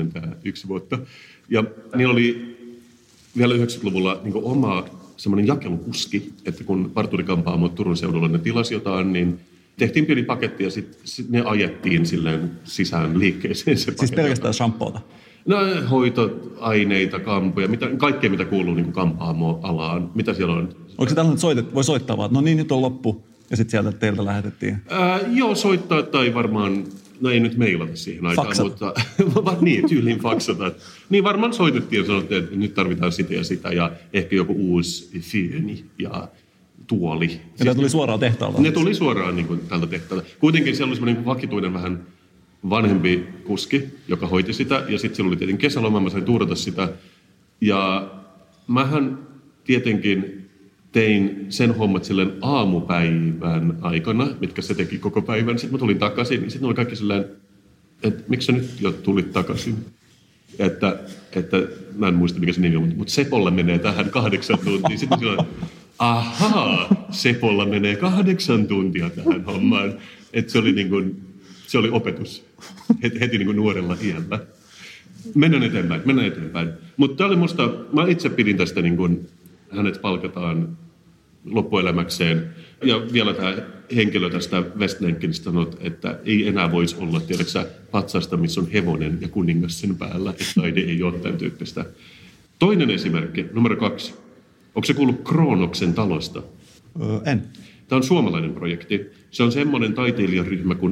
21 vuotta. Ja niillä oli vielä 90-luvulla niin oma semmoinen jakelukuski, että kun parturikampaamot Turun seudulla ne tilasi jotain, niin tehtiin pieni paketti ja sitten ne ajettiin silleen sisään liikkeeseen. Siis pelkästään shampoota? No hoitoaineita, kampoja, kaikkea mitä kuuluu niin kampaamo-alaan. Mitä siellä on? Onko se tällainen, että voi soittaa vaan, että no niin, nyt on loppu, Ja sitten sieltä teiltä lähetettiin? Joo, soittaa tai varmaan, no ei nyt mailata siihen aikaan, mutta niin, tyyliin faksata. Niin varmaan soitettiin ja sanottiin, että nyt tarvitaan sitä ja sitä ja ehkä joku uusi fyöni ja tuoli. Ja ne tuli suoraan tehtaalta? Ne tuli suoraan niin kuin, tältä tehtaalta. Kuitenkin siellä oli semmoinen vakituinen vähän vanhempi kuski, joka hoiti sitä. Ja sitten siellä oli tietenkin kesäloma, mä sain tuurata sitä. Ja mähän tietenkin tein sen hommat silleen aamupäivän aikana, mitkä se teki koko päivän. Sitten mä tulin takaisin, niin sitten oli kaikki silleen, että miksi sä nyt jo tulit takaisin? Että mä en muista mikä se nimi on, mutta Sepolla menee tähän 8 tuntia. Sitten silloin, ahaa, Sepolla menee 8 tuntia tähän hommaan. Että se oli niin kuin, se oli opetus heti niin kuin nuorella iällä. Mennään eteenpäin. Mutta tämä oli musta, mä itse pidin tästä niin kuin, hänet palkataan loppuelämäkseen. Ja vielä tämä henkilö tästä Westlenkinistä sanoi, että ei enää voisi olla, tiedätkö patsasta, missä on hevonen ja kuningas sen päällä, että taide ei ole tämän tyyppistä. Toinen esimerkki, numero 2. Onko se kuullut Kroonoksen talosta? En. Tämä on suomalainen projekti. Se on semmoinen taiteilijaryhmä kuin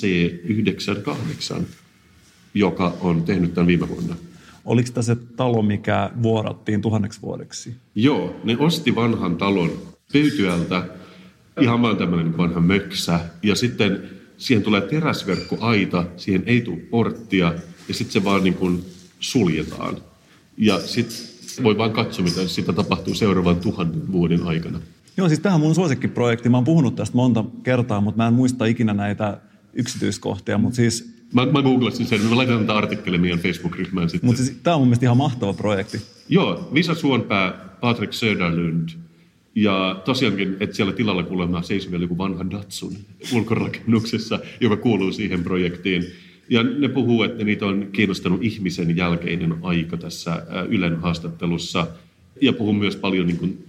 IC98, joka on tehnyt tämän viime vuonna. Oliko tämä se talo, mikä vuorattiin 1000 vuodeksi? Joo, ne osti vanhan talon Pöytyältä, ihan vaan tämmöinen vanha möksä. Ja sitten siihen tulee teräsverkkoaita, siihen ei tule porttia ja sitten se vaan niin kuin suljetaan. Ja sitten voi vaan katsoa, mitä sitä tapahtuu seuraavan 1000 vuoden aikana. Joo, siis tämähän on mun suosikkiprojekti. Mä oon puhunut tästä monta kertaa, mutta mä en muista ikinä näitä yksityiskohtia, mutta siis... Mä googlasin sen, mä laitan tätä artikkeleja meidän Facebook-ryhmään sitten. Mutta siis, tää on mun mielestä ihan mahtava projekti. Joo, Visa Suonpää, Patrik Söderlund. Ja tosiaankin, että siellä tilalla kuulemma seisoo vielä joku vanha Datsun ulkorakennuksessa, joka kuuluu siihen projektiin. Ja ne puhuu, että niitä on kiinnostanut ihmisen jälkeinen aika tässä Ylen haastattelussa. Ja puhuu myös paljon niin kuin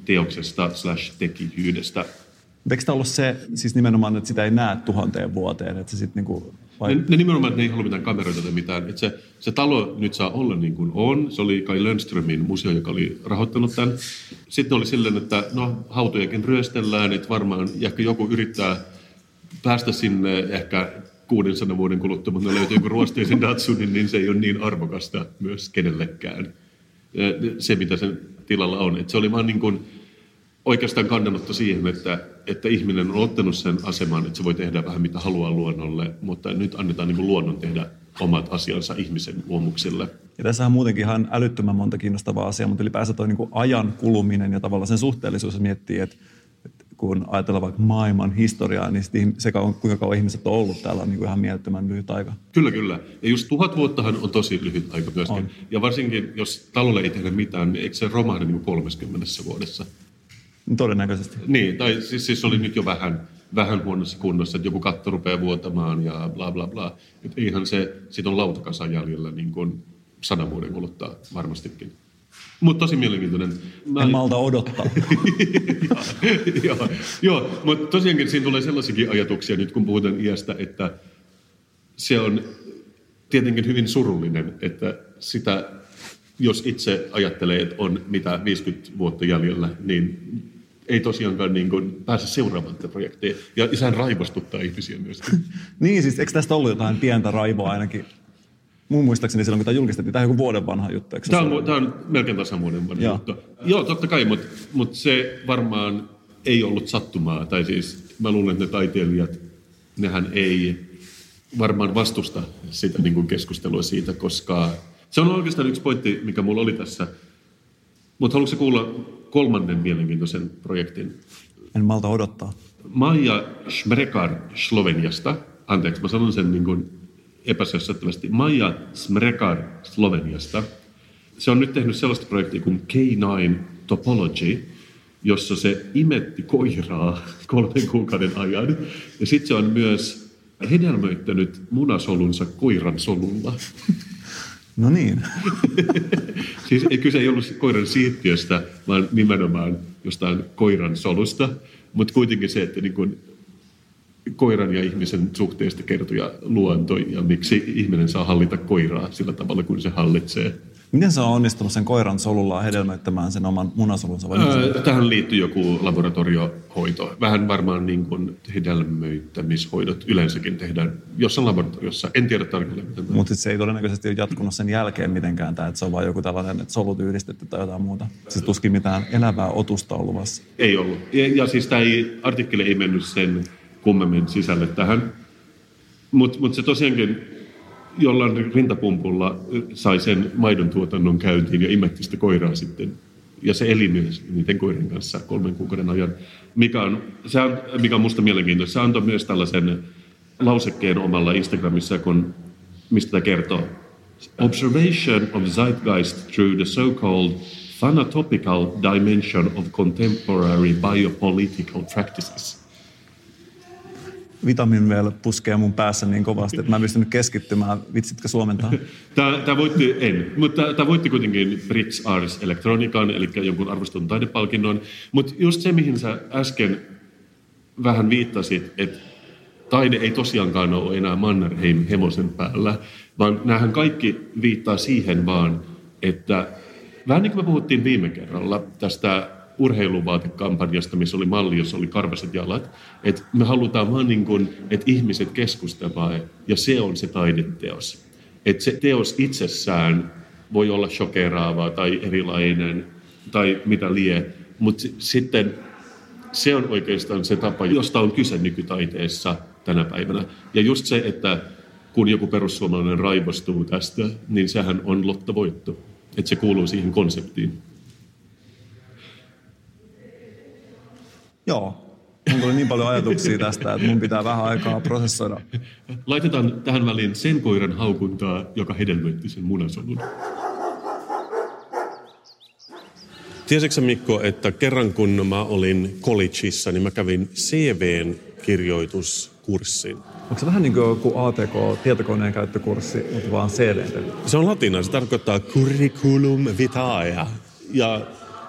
teoksesta/tekijyydestä. Eikö tämä ollut se, siis nimenomaan, että sitä ei näe 1000 vuoteen? Että se sit niinku, vai... ne nimenomaan, että ne ei halua mitään kameroita tai mitään. Että se talo nyt saa olla niin kuin on. Se oli Kai Lönnströmin museo, joka oli rahoittanut tämän. Sitten oli silleen, että no hautojakin ryöstellään, että varmaan ehkä joku yrittää päästä sinne ehkä 600 vuoden kuluttua, mutta ne löytyy joku ruosteisen Datsunin, niin se ei ole niin arvokasta myös kenellekään. Se, mitä sen tilalla on. Että se oli vaan niin kuin oikeastaan kannanotto siihen, että ihminen on ottanut sen aseman, että se voi tehdä vähän mitä haluaa luonnolle, mutta nyt annetaan niin kuin luonnon tehdä omat asiansa ihmisen luomuksille. Ja tässä on muutenkin ihan älyttömän monta kiinnostavaa asiaa, mutta ylipäänsä tuo niin kuin ajan kuluminen ja tavallaan sen suhteellisuus miettii, että kun ajatellaan vaikka maailman historiaa, niin se kuinka kauan ihmiset on ollut täällä on niin kuin ihan mielettömän lyhyt aika. Kyllä. Ja just 1000 vuottahan on tosi lyhyt aika myöskin. On. Ja varsinkin, jos talolle ei tehdä mitään, niin eikö se romahda niin kuin 30 vuodessa? Todennäköisesti. Niin, tai siis oli nyt jo vähän huonossa kunnossa, että joku katto rupeaa vuotamaan ja bla bla bla. Että eihän se, sit on lautakasa jäljellä niin kuin 100 vuoden kuluttaa varmastikin. Mutta tosi mielenkiintoinen. En malta odottaa. Joo, mutta tosiaankin siinä tulee sellaisiakin ajatuksia nyt, kun puhutaan iästä, että se on tietenkin hyvin surullinen, että sitä, jos itse ajattelee, että on mitä 50 vuotta jäljellä, niin ei tosiaankaan niin kuin pääse seuraamaan tätä projektia. Ja sehän raivostuttaa ihmisiä myöskin. Niin, siis eikö tästä ollut jotain pientä raivoa ainakin? Mun muistaakseni silloin, kun tämä julkistettiin, tämä on joku vuoden vanha juttu. Tämä on melkein tasan vuoden vanha juttu. Joo, totta kai, mutta se varmaan ei ollut sattumaa. Tai siis mä luulen, että ne taiteilijat, nehän ei varmaan vastusta sitä niin kuin keskustelua siitä, koska se on oikeastaan yksi pointti, mikä mulla oli tässä. Mutta haluatko kuulla 3. mielenkiintoisen projektin? En malta odottaa. Maja Smrekar Sloveniasta. Anteeksi, mä sanon sen niin kuin epäsjössättävästi. Maja Smrekar Sloveniasta. Se on nyt tehnyt sellaista projektia kuin K9 Topology, jossa se imetti koiraa 3 kuukauden ajan. Ja sitten se on myös hedelmöittänyt munasolunsa koiran solulla. No niin. Siis kyse ei ollut koiran siittiöstä, vaan nimenomaan jostain koiran solusta. Mutta kuitenkin se, että niin kun koiran ja ihmisen suhteesta kertoja luonto ja miksi ihminen saa hallita koiraa sillä tavalla, kun se hallitsee. Miten se on onnistunut sen koiran solulla hedelmöittämään sen oman munasolunsa? Tähän liittyy joku laboratoriohoito. Vähän varmaan niin kuin hedelmöittämishoidot yleensäkin tehdään jossain laboratoriossa. En tiedä tarkalleen. Mutta se ei todennäköisesti ole jatkunut sen jälkeen mitenkään, että se on vain joku tällainen, että solut yhdistetty tai jotain muuta. Siis tuskin mitään elävää otusta ollut luvassa. Ei ollut. Ja siis tämä artikkeli ei mennyt sen kummemmin sisälle tähän. Mutta se tosiaankin jollain rintapumpulla sai sen maidon tuotannon käyntiin ja imetti sitä koiraa sitten. Ja se eli myös niiden koirien kanssa 3 kuukauden ajan, mikä on musta mielenkiintoista. Se antoi myös tällaisen lausekkeen omalla Instagramissa, mistä tämä kertoo. Observation of zeitgeist through the so-called phanotopical dimension of contemporary biopolitical practices. Vitamin vielä puskee mun päässä niin kovasti, että mä en pystynyt keskittymään. Vitsitkö suomentaa? Tämä voitti kuitenkin Brits Ars Electronican, eli jonkun arvostetun taidepalkinnon. Mutta just se, mihin sä äsken vähän viittasit, että taide ei tosiaankaan ole enää Mannerheim hevosen päällä, vaan näähän kaikki viittaa siihen vaan, että vähän niin kuin me puhuttiin viime kerralla tästä urheiluvaatekampanjasta, missä oli malli, jossa oli karvaset jalat. Että me halutaan vaan niin kuin, että ihmiset keskustelevat ja se on se taideteos. Että se teos itsessään voi olla shokeraava tai erilainen tai mitä lie, mutta sitten se on oikeastaan se tapa, josta on kyse nykytaiteessa tänä päivänä. Ja just se, että kun joku perussuomalainen raivostuu tästä, niin sehän on lottovoitto. Että se kuuluu siihen konseptiin. Joo. Mun tuli niin paljon ajatuksia tästä, että mun pitää vähän aikaa prosessoida. Laitetaan tähän väliin sen koiran haukuntaa, joka hedelmöitti sen munasolun. Tiesitkö Mikko, että kerran kun mä olin collegeissa, niin mä kävin CV:n kirjoituskurssin. Onko se vähän niin kuin joku ATK-tietokoneen käyttökurssi, mutta vaan CV? Se on latina, se tarkoittaa curriculum vitae. Ja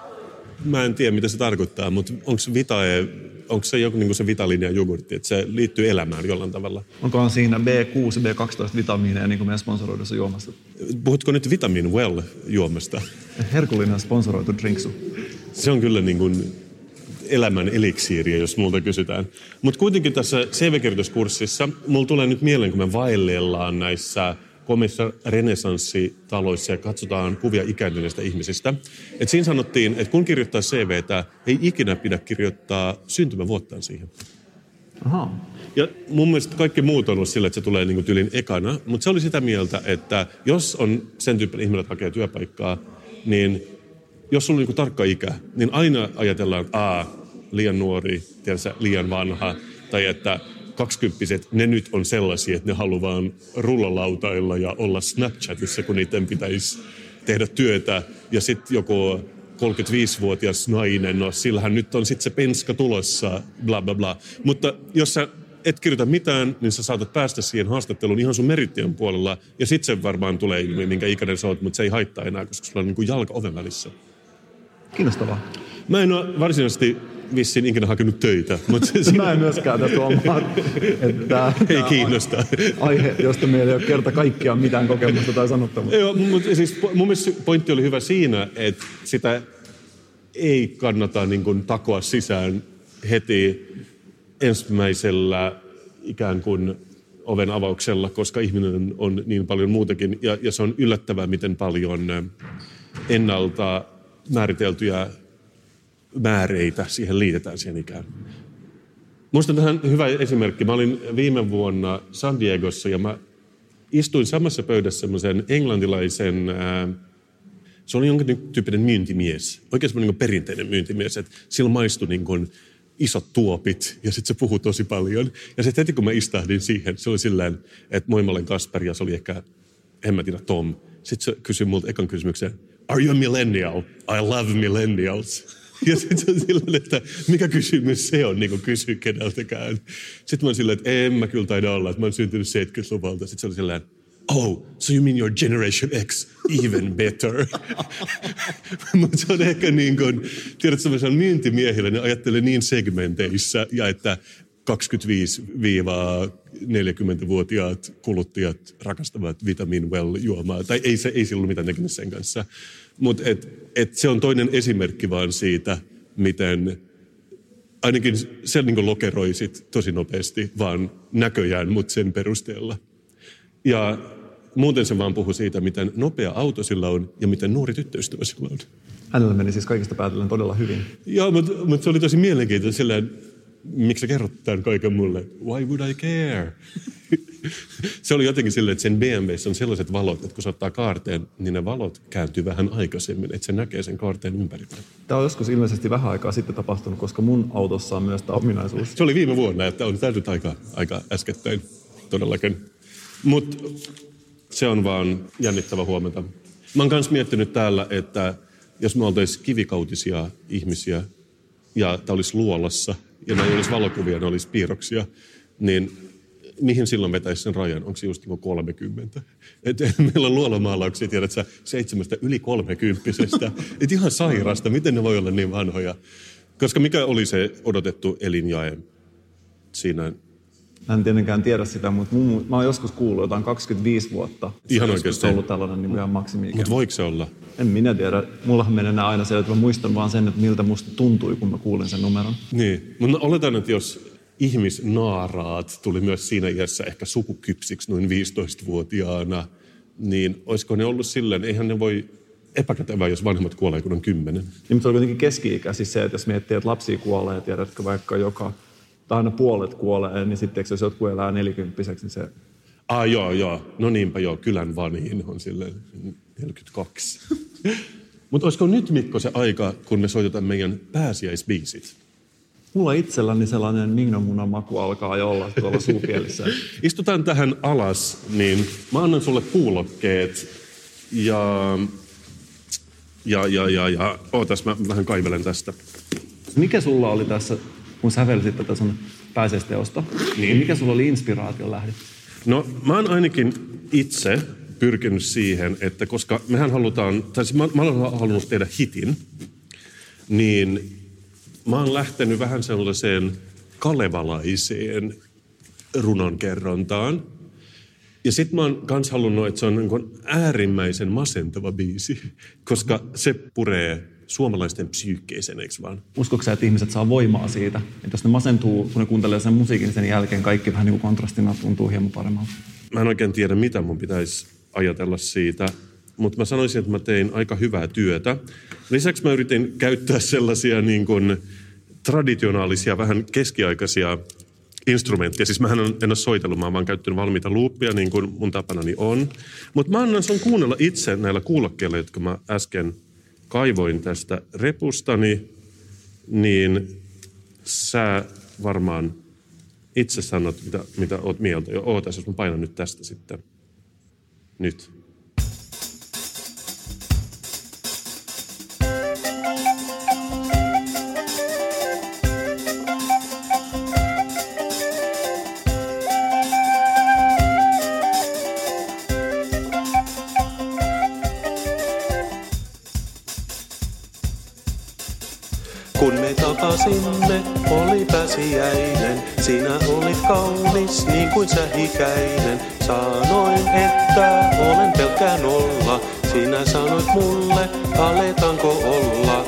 mä en tiedä, mitä se tarkoittaa, mutta onko vitae, onko se joku niin kuin se Vitalinia jogurtti, että se liittyy elämään jollain tavalla? Onkohan siinä B6 ja B12 vitamiineja, niin kuin meidän sponsoroidussa juomassa? Puhutko nyt Vitamin Well juomasta? Herkullinen sponsoroitu drinksu. Se on kyllä niin kuin elämän eliksiiriä, jos multa kysytään. Mutta kuitenkin tässä CV-kirjoituskurssissa mulla tulee nyt mieleen, kun me vaellellaan näissä komissa renessanssitaloissa ja katsotaan kuvia ikääntyneistä ihmisistä. Et siinä sanottiin, että kun kirjoittaa CVtä, ei ikinä pidä kirjoittaa syntymävuottaan siihen. Aha. Ja mun mielestä kaikki muut on ollut sillä, että se tulee niin kuin tyylin ekana, mutta se oli sitä mieltä, että jos on sen tyyppinen ihminen, että hakee työpaikkaa, niin jos sulla on niin kuin tarkka ikä, niin aina ajatellaan, että liian nuori, tiedätkö, liian vanha, tai että 20-vuotiaat, ne nyt on sellaisia, että ne haluaa vaan rullalautailla ja olla Snapchatissa, kun niiden pitäisi tehdä työtä. Ja sitten joku 35-vuotias nainen, no sillähän nyt on sitten se penska tulossa, bla bla bla. Mutta jos sä et kirjoita mitään, niin sä saatat päästä siihen haastatteluun ihan sun merittien puolella. Ja sitten se varmaan tulee ilmi, minkä ikäinen sä oot, mutta se ei haittaa enää, koska sulla on niin kuin jalka oven välissä. Kiinnostavaa. Mä en ole varsinaisesti vissiin ikinä hakenut töitä. Mutta mä en myöskään tätä huomaa, että ei kiinnosta. Aihe, josta meillä ei ole kerta kaikkiaan mitään kokemusta tai sanottavaa. Joo, mutta siis mun mielestä pointti oli hyvä siinä, että sitä ei kannata niin kuin takoa sisään heti ensimmäisellä ikään kuin oven avauksella, koska ihminen on niin paljon muutakin. Ja se on yllättävää, miten paljon ennalta määriteltyjä määreitä siihen liitetään siihen ikään. Minusta tähän hyvä esimerkki. Mä olin viime vuonna San Diegossa ja mä istuin samassa pöydässä semmoisen englantilaisen, se oli jonkin tyyppinen myyntimies. Oikein semmoinen niin perinteinen myyntimies, että sillä maistui niin kuin isot tuopit ja sitten se puhui tosi paljon. Ja sitten heti kun mä istahdin siihen, se oli silleen, että moi mä olen Kasper ja se oli ehkä, en mä tiedä, Tom. Sitten se kysyi multa ekan kysymyksen, are you a millennial? I love millennials. Ja sitten se on silleen, että mikä kysymys se on, niin kuin kysy keneltäkään. Sitten mä oon silleen, että en mä kyllä taida olla, että mä oon syntynyt 70-luvulta. Sitten se oli silleen, oh, so you mean your Generation X even better? Mutta se on ehkä niin kuin, tiedätkö, se on myyntimiehillä, ne ajattelee niin segmenteissä ja että 25-40-vuotiaat kuluttajat rakastavat Vitamin Well-juomaa. Tai ei sillä ollut mitään tekemistä sen kanssa. Mutta se on toinen esimerkki vaan siitä, miten ainakin se niin lokeroisit tosi nopeasti, vaan näköjään, mutta sen perusteella. Ja muuten se vaan puhui siitä, miten nopea auto sillä on ja miten nuori tyttöystävä sillä on. Hänellä meni siis kaikista päätellen todella hyvin. Joo, mutta se oli tosi mielenkiintoista silleen, miksi sä kerrot tämän kaiken mulle? Why would I care? Se oli jotenkin silleen, että sen BMW:ssä on sellaiset valot, että kun se ottaa kaarteen, niin ne valot kääntyy vähän aikaisemmin, että se näkee sen kaarteen ympärillä. Tämä on joskus ilmeisesti vähän aikaa sitten tapahtunut, koska mun autossa on myös tämä ominaisuus. Se oli viime vuonna, että on täytynyt aika äskettäin todellakin. Mutta se on vaan jännittävä huomata. Mä oon myös miettinyt täällä, että jos me oltaisiin kivikautisia ihmisiä ja tämä olisi luolassa ja nämä ei olisi valokuvia, ne olisi piirroksia, niin mihin silloin vetäisi sen rajan? Onko se just 30? Meillä on luolamaalauksia, tiedät sä, 7 yli 30. Et ihan sairasta, miten ne voi olla niin vanhoja? Koska mikä oli se odotettu elinjae siinä? Mä en tietenkään tiedä sitä, mutta mä oon joskus kuullut jotain 25 vuotta. Ihan oikeasti. Se on ollut tällainen niin ihan maksimi-ikä. Mutta voiko se olla? En minä tiedä. Mullahan menee nämä aina se, että mä muistan vaan sen, että miltä musta tuntui, kun mä kuulin sen numeron. Niin, mutta oletan, että jos ihmisnaaraat tuli myös siinä iässä ehkä sukukypsiksi noin 15-vuotiaana, niin olisiko ne ollut silleen, eihän ne voi epäkätevää, jos vanhemmat kuolee, kun on 10. Niin, mutta se on kuitenkin keski-ikä, siis se, että jos miettii, että lapsia kuolee, tiedätkö vaikka tai aina puolet kuolee, niin sitten jos jotkut elää 40-vuotiaaksi, niin se... Joo. No niinpä joo, kylän vanhin on silleen 42. Mutta olisiko nyt, Mikko, se aika, kun me soitetaan meidän pääsiäisbiisit? Mulla itselläni sellainen mignomunan maku alkaa jo olla tuolla suupielissä. Istutaan tähän alas, niin mä annan sulle kuulokkeet ja ootas, mä vähän kaivelen tästä. Mikä sulla oli tässä, kun sävelsit tätä sun pääsiäisteosta? Niin. Mikä sulla oli inspiraation lähde? No mä oon ainakin itse pyrkinyt siihen, että koska mehän halutaan, tai siis mä olen halunnut tehdä hitin, niin mä oon lähtenyt vähän sellaiseen kalevalaiseen runonkerrontaan. Ja sit mä oon kans halunnut, että se on niin kuin äärimmäisen masentava biisi, koska se puree suomalaisten psyykkeeseen, eikö vaan? Uskotko sä, että ihmiset saa voimaa siitä? Että jos ne masentuu, kun ne kuuntelee sen musiikin, sen jälkeen kaikki vähän niin kuin kontrastina tuntuu hieman paremmalta? Mä en oikein tiedä, mitä mun pitäisi ajatella siitä, mutta mä sanoisin, että mä tein aika hyvää työtä. Lisäksi mä yritin käyttää sellaisia niin kuin traditionaalisia, vähän keskiaikaisia instrumentteja. Siis mähän en ole soitellut, mä oon vaan käyttänyt valmiita luuppia, niin kuin mun tapanani on. Mutta mä annan sun kuunnella itse näillä kuulokkeilla, jotka mä äsken kaivoin tästä repustani, niin sä varmaan itse sanot, mitä oot mieltä. Ootas, jos mä painan nyt tästä sitten. Nyt. Kun me tapasimme, oli pääsiäinen. Sinä olit kaunis, niin kuin sähikäinen. Sanoin, että olen pelkkä nolla. Sinä sanoit mulle, aletaanko olla.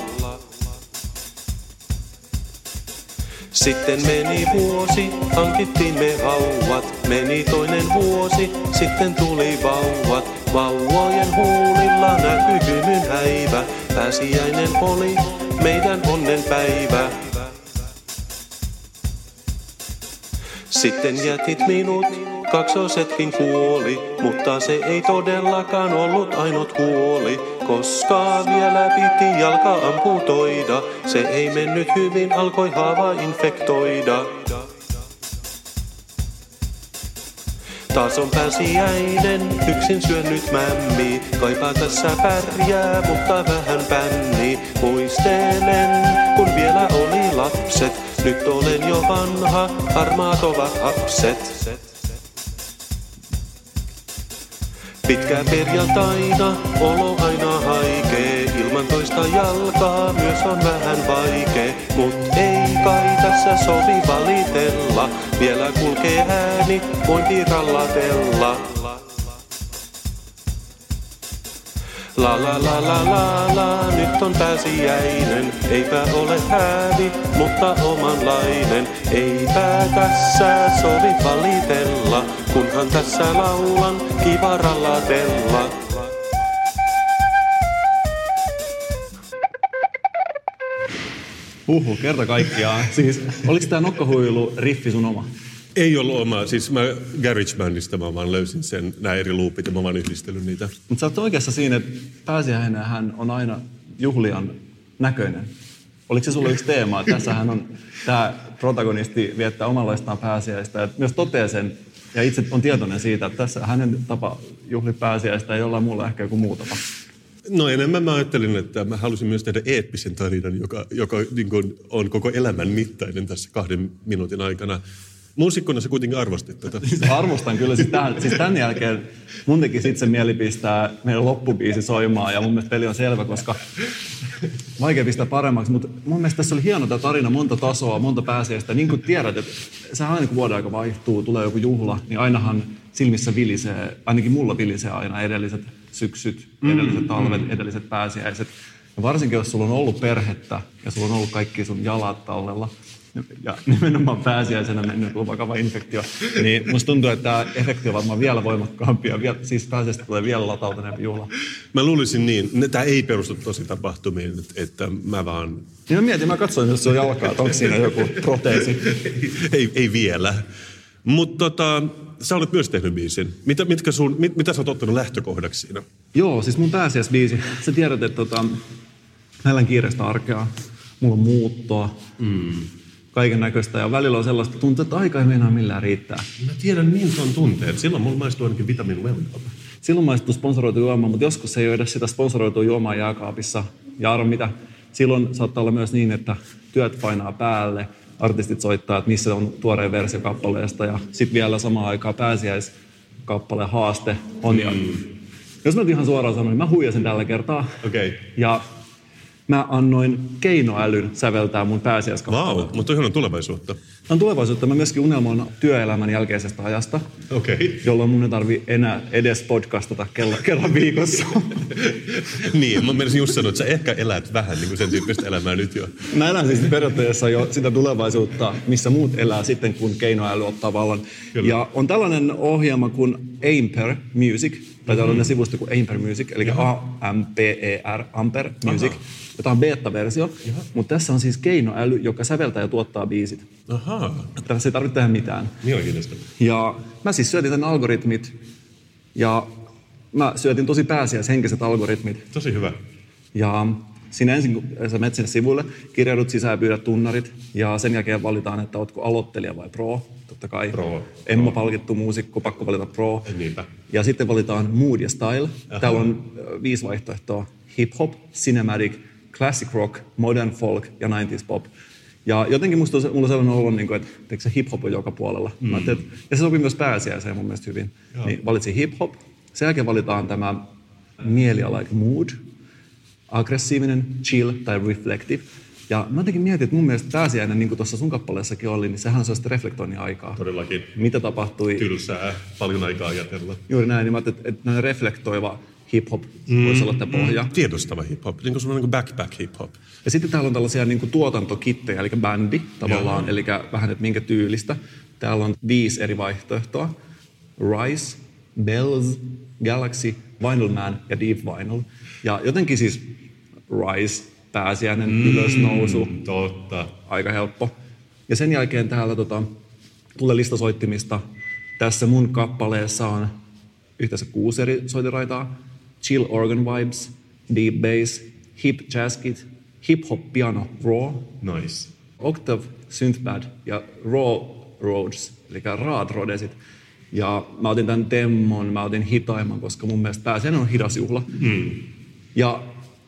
Sitten meni vuosi, hankittiin me vauvat. Meni toinen vuosi, sitten tuli vauvat. Vauvojen huulilla näkyi hymyn häivä. Pääsiäinen oli meidän onnenpäivä. Sitten jätit minut, kaksosetkin kuoli, mutta se ei todellakaan ollut ainut huoli, koska vielä piti jalka amputoida. Se ei mennyt hyvin, alkoi haava infektoida. Taas on pääsiäinen, yksin syönyt mämmi. Kaipaa tässä pärjää, mutta vähän pänni. Muistelen, kun vielä oli lapset. Nyt olen jo vanha, harmaat ovat hapset. Pitkä perjantaina, olo aina haikee. Ilman toista jalkaa myös on vähän vaikee. Mut ei kai tässä sovi valitella. Vielä kulkee ääni, voinkin rallatella. La la la la la la, nyt on pääsiäinen. Eipä ole häävi, mutta omanlainen. Eipä tässä sovi valitella, kunhan tässä laulan, kiva rallatella. Kerta kaikkiaan. Siis, oliko tää nokkahuilu riffi sun oma? Ei ollut oma. Siis mä GarageBandista mä vaan löysin sen, nämä eri loopit ja mä vaan yhdistellyt niitä. Mutta sä oot oikeassa siinä, että pääsiäinenhän on aina juhlian näköinen. Oliko se sulla yksi teema, että tässähän on tämä protagonisti viettää omanlaistaan pääsiäistä ja myös toteaa sen ja itse on tietoinen siitä, että tässä hänen tapa juhli pääsiäistä ei jollain muulla ehkä joku muu tapa. No enemmän mä ajattelin, että mä halusin myös tehdä eeppisen tarinan, joka niin kuin on koko elämän mittainen tässä 2 minuutin aikana. Muusikkona sä kuitenkin arvostit tätä. Arvostan kyllä. Siis tämän jälkeen mun teki sitten se mieli pistää meidän loppubiisi soimaan ja mun mielestä peli on selvä, koska vaikea pistää paremmaksi, mutta mun mielestä tässä oli hieno tämä tarina, monta tasoa, monta pääsiäistä. Niin kuin tiedät, että sehän aina kun vuoden aika vaihtuu, tulee joku juhla, niin ainahan silmissä vilisee, ainakin mulla vilisee aina edelliset syksyt, edelliset talvet, edelliset pääsiäiset. Ja varsinkin jos sulla on ollut perhettä ja sulla on ollut kaikki sun jalat tallella, ja nimenomaan pääsiäisenä mennyt vakava infektio, niin musta tuntuu, että tämä efekti on varmaan vielä voimakkaampi ja siis pääsiäistä tulee vielä latautuneempi juhla. Mä luulisin niin, tämä ei perustu tosi tapahtumiin, että mä vaan... Niin mä katsoin, jos se on jalkaa, että onko siinä joku proteesi. ei vielä. Mutta sä olet myös tehnyt biisin. Mitä sä oot ottanut lähtökohdaksi siinä? Joo, siis mun pääsiäisbiisi. Sä tiedät, että meillä on kiireistä arkea, mulla on muuttoa. Kaiken näköistä ja välillä on sellaista tuntuu, että aika ei meinaa millään riittää. Mä tiedän miltä on tunteet. Silloin mulla maistuu ainakin vitamiinivelkalta. Silloin maistuu sponsoroitu juomaa, mutta joskus ei ole edes sitä sponsoroitua juomaa jääkaapissa. Ja arvo mitä, silloin saattaa olla myös niin, että työt painaa päälle, artistit soittaa, että missä on tuoreen versio kappaleesta ja sitten vielä samaan aikaan pääsiäiskappaleen haaste on. Jos mä nyt ihan suoraan sanon, niin mä huijasin tällä kertaa. Okay. Ja mä annoin keinoälyn säveltää mun pääsiäiskappaleen. Vau, mutta ihan on tulevaisuutta. On tulevaisuutta. Mä myöskin unelmoin työelämän jälkeisestä ajasta, jolloin mun ei tarvi enää edes podcastata kerran viikossa. Niin, mä menisin just sanoa, että sä ehkä elät vähän niin kuin sen tyyppistä elämää nyt jo. Mä elän siis periaatteessa jo sitä tulevaisuutta, missä muut elää sitten, kun keinoäly ottaa vallan. Kyllä. Ja on tällainen ohjelma kuin Amper Music, tai tällainen sivusto kuin Amper Music, eli A-M-P-E-R, Amper Music. Tämä on beta-versio, mutta tässä on siis keinoäly, joka säveltää ja tuottaa biisit. Ahaa. Tässä ei tarvitse tehdä mitään. Mielenkiintoista. Ja mä siis syötin tämän algoritmit ja mä syötin tosi pääsiäishenkiset algoritmit. Tosi hyvä. Ja siinä ensin, kun sä menet sinne sivuille, kirjaudut sisään ja pyydät tunnarit. Ja sen jälkeen valitaan, että ootko aloittelija vai pro. Totta kai. Emma palkittu muusikko, pakko valita pro. Niinpä. Ja sitten valitaan mood ja style. Aha. Täällä on 5 vaihtoehtoa. Hip-hop, cinematic, classic rock, modern folk ja 90s pop. Ja jotenkin mulla on sellainen olo, että se hip-hop on joka puolella. Ja se sopii myös pääsiäiseen mun mielestä hyvin. Niin valitsin hip-hop. Sen jälkeen valitaan tämä mielialike mood, aggressiivinen, chill tai reflective. Ja mä jotenkin mietin, että mun mielestä pääsiäinen, niin kuin tuossa sun kappaleessakin oli, niin sehän on sellaista reflektoinnin aikaa. Todellakin. Mitä tapahtui? Tylsää, paljon aikaa ajatella. Juuri näin, niin mä ajattelin, että näin reflektoiva hip-hop voisi olla tämä pohja. Tiedostava hip-hop, niin kuin semmoinen backpack hip-hop. Ja sitten täällä on tällaisia niin kuin tuotantokittejä, eli bändi tavallaan, eli vähän, että minkä tyylistä. Täällä on 5 eri vaihtoehtoa. Rise, Bells, Galaxy, Vinyl Man ja Deep Vinyl. Ja jotenkin siis Rise, pääsiäinen, ylösnousu. Totta. Aika helppo. Ja sen jälkeen täällä tulee lista soittimista. Tässä mun kappaleessa on yhteensä 6 eri soitinraitaa. Chill organ vibes, deep bass, hip jazz kit, hip hop piano raw. Nice. Octave synthpad ja raw Rhodes, eli raat rodesit. Ja mä otin tämän temmon, mä otin hitaimman, koska mun mielestä pääsiäinen on hidas juhla. Ja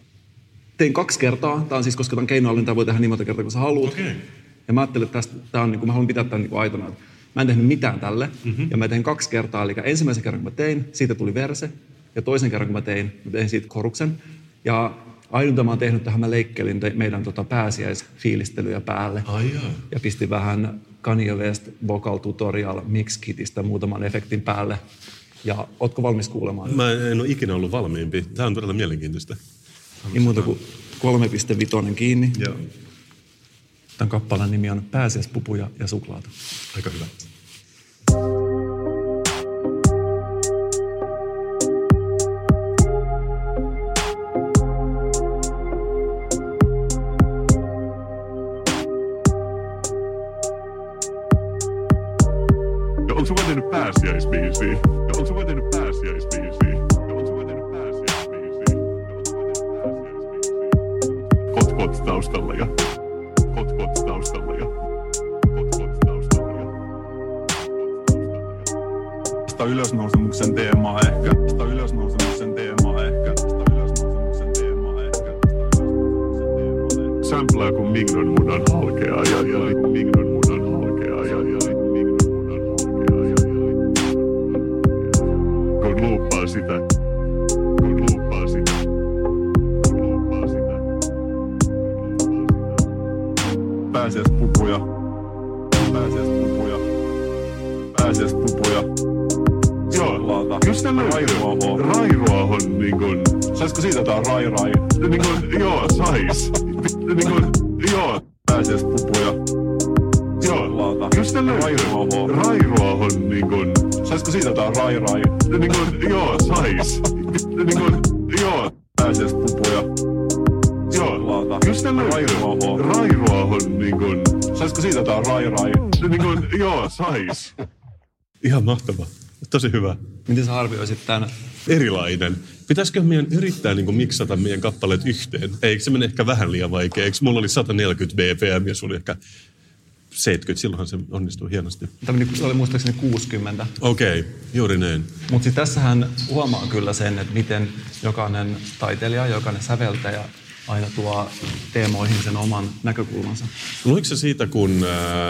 tein 2 kertaa. Tää on siis, koska tämän keinoälyn tää voi tehdä niin monta kertaa, kun sä haluat. Okay. Ja mä ajattelin, että tää on, mä haluan pitää tämän aitona. Mä en tehnyt mitään tälle. Ja mä tein 2 kertaa. Eli ensimmäisen kerran, kun mä tein, siitä tuli verse. Ja toisen kerran, kun mä tein siitä koruksen. Ja Ainut mä oon tehnyt tähän, mä leikkelin meidän pääsiäisfiilistelyjä päälle. Ja pistin vähän Kanye West Vocal Tutorial Mix Kitistä muutaman efektin päälle. Ja ootko valmis kuulemaan? Mä en ole ikinä ollut valmiimpi. Tää on todella mielenkiintoista. Niin muuta kuin 3.5 kiinni. Joo. Tämän kappaleen nimi on Pääsiäispupuja ja suklaata. Aika hyvä. Onko sulla tehnyt pääsiäisbiisiä? Onko sulla tehnyt pääsiäisbiisiä? Kot taustalla ja kot taustalla ja kot taustalla ja. Sitä ylösnousemuksen teemaa ehkä. Sitä ylösnousemuksen teemaa ehkä. Sitä ylösnousemuksen teemaa ehkä. Samplaa kun Mignon munan halkeaa ja Mignon munan halkeaa ja Mignon munan halkeaa ja kun luuppaa sitä. Pääsiäispupuja. Joo, kyllä sitä löytyy. Rairuohon niinkun. Saisiko siitä tää rai? Niinkun, joo, sais. Niinkun, joo. Pääsiäispupuja. Joo, kyllä sitä löytyy. Rairuohon niinkun. Saisiko siitä tää rai? Niinkun, joo, sais. Niinkun, joo. Pääsiäispupuja. Joo, kyllä sitä löytyy. Rairuohon niinkun. Saisiko siitä tää rai? Niinkun, joo, sais. Ihan mahtava. Tosi hyvä. Miten sä arvioisit tän? Erilainen. Pitäisikö meidän yrittää niin kuin miksata meidän kappaleet yhteen? Eikö se mene ehkä vähän liian vaikea? Eikö mulla oli 140 bpm ja sulla oli ehkä 70? Silloinhan se onnistuu hienosti. Se oli muistaakseni 60. Okei, juuri näin. Mutta tässähän huomaa kyllä sen, että miten jokainen taiteilija, jokainen säveltäjä aina tuo teemoihin sen oman näkökulmansa. Luitko se siitä, kun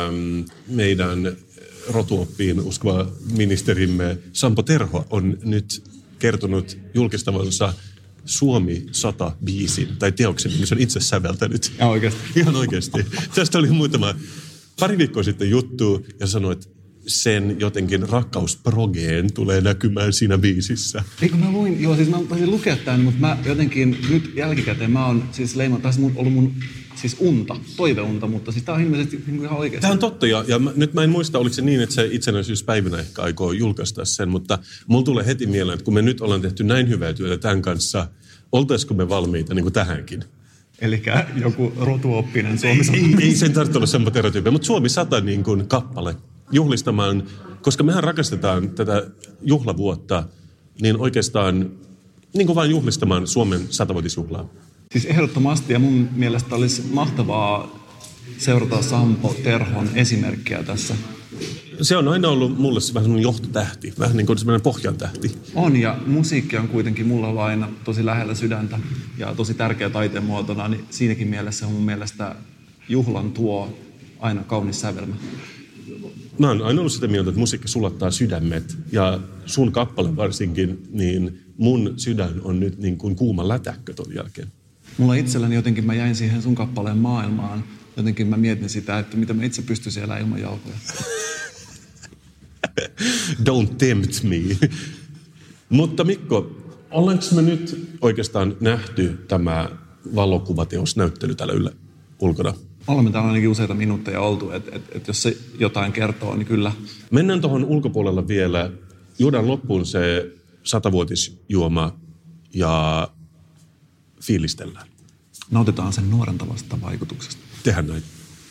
meidän rotuoppiin uskova ministerimme Sampo Terho on nyt kertonut julkistavansa Suomi 100 biisin, tai teoksen, missä on itse säveltänyt. Ja oikeasti? Ihan oikeasti. Tästä oli pari viikkoa sitten juttu, ja sanoi, että sen jotenkin rakkausprogeen tulee näkymään siinä biisissä. Eikö mä luin, joo siis mä taisin lukea tämän, mutta mä jotenkin nyt jälkikäteen mä oon siis taisi ollut mun siis toiveunta, mutta siis tää on ilmeisesti niin ihan oikeasti. Tämä on totta, ja nyt mä en muista, oliko se niin, että se itsenäisyyspäivänä ehkä aikoo julkaista sen, mutta mulla tulee heti mieleen, että kun me nyt ollaan tehty näin hyvää työtä tämän kanssa, oltaisiko me valmiita niin kuin tähänkin? Elikkä joku rotuoppinen Suomi 100. Ei sen tarvitse olla semmoinen stereotyyppi, mutta Suomi 100 niin kuin kappale juhlistamaan, koska mehän rakastetaan tätä juhlavuotta, niin oikeastaan niin kuin vain juhlistamaan Suomen 100-vuotisjuhlaa. Siis ehdottomasti, ja mun mielestä olisi mahtavaa seurata Sampo Terhon esimerkkiä tässä. Se on aina ollut mulle vähän semmoinen johtotähti, vähän niin kuin semmoinen pohjantähti. On, ja musiikki on kuitenkin mulla ollut aina tosi lähellä sydäntä ja tosi tärkeä taiteen muotona, niin siinäkin mielessä on mun mielestä juhlan tuo aina kaunis sävelmä. Mä oon aina ollut sitä mieltä, että musiikki sulattaa sydämet, ja sun kappale varsinkin, niin mun sydän on nyt niin kuin kuuma lätäkkö ton jälkeen. Mulla itselläni jotenkin mä jäin siihen sun kappaleen maailmaan. Jotenkin mä mietin sitä, että mitä mä itse pystyisin elää ilman jalkoja. Don't tempt me. Mutta Mikko, ollaanko me nyt oikeastaan nähty tämä valokuvateosnäyttely täällä ulkona? Olemme täällä ainakin useita minuutteja oltu, että jos se jotain kertoo, niin kyllä. Mennään tuohon ulkopuolella vielä. Juodaan loppuun se 100-vuotisjuoma ja fiilistellään. Nautitaan sen nuorentavasta vaikutuksesta. Tehdään näin.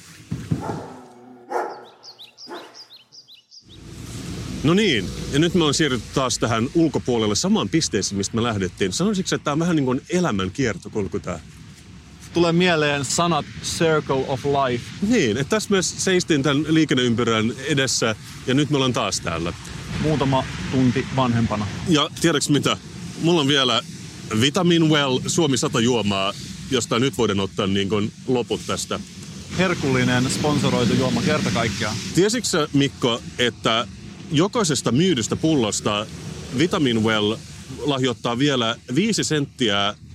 No niin, ja nyt me on siirrytty taas tähän ulkopuolelle samaan pisteeseen, mistä me lähdettiin. Sanoisitko, että tämä on vähän niin kuin elämän kiertokulku tämä? Tulee mieleen sanat circle of life. Niin, että tässä me seistiin tämän liikenneympyrän edessä ja nyt me ollaan taas täällä. Muutama tunti vanhempana. Ja tiedätkö mitä? Mulla on vielä Vitamin Well Suomi 100 juomaa, josta nyt voidaan ottaa niin kuin loput tästä. Herkullinen sponsoroitu juoma kerta kaikkiaan. Tiesitkö sä, Mikko, että jokaisesta myydystä pullosta Vitamin Well lahjoittaa vielä 5 senttiä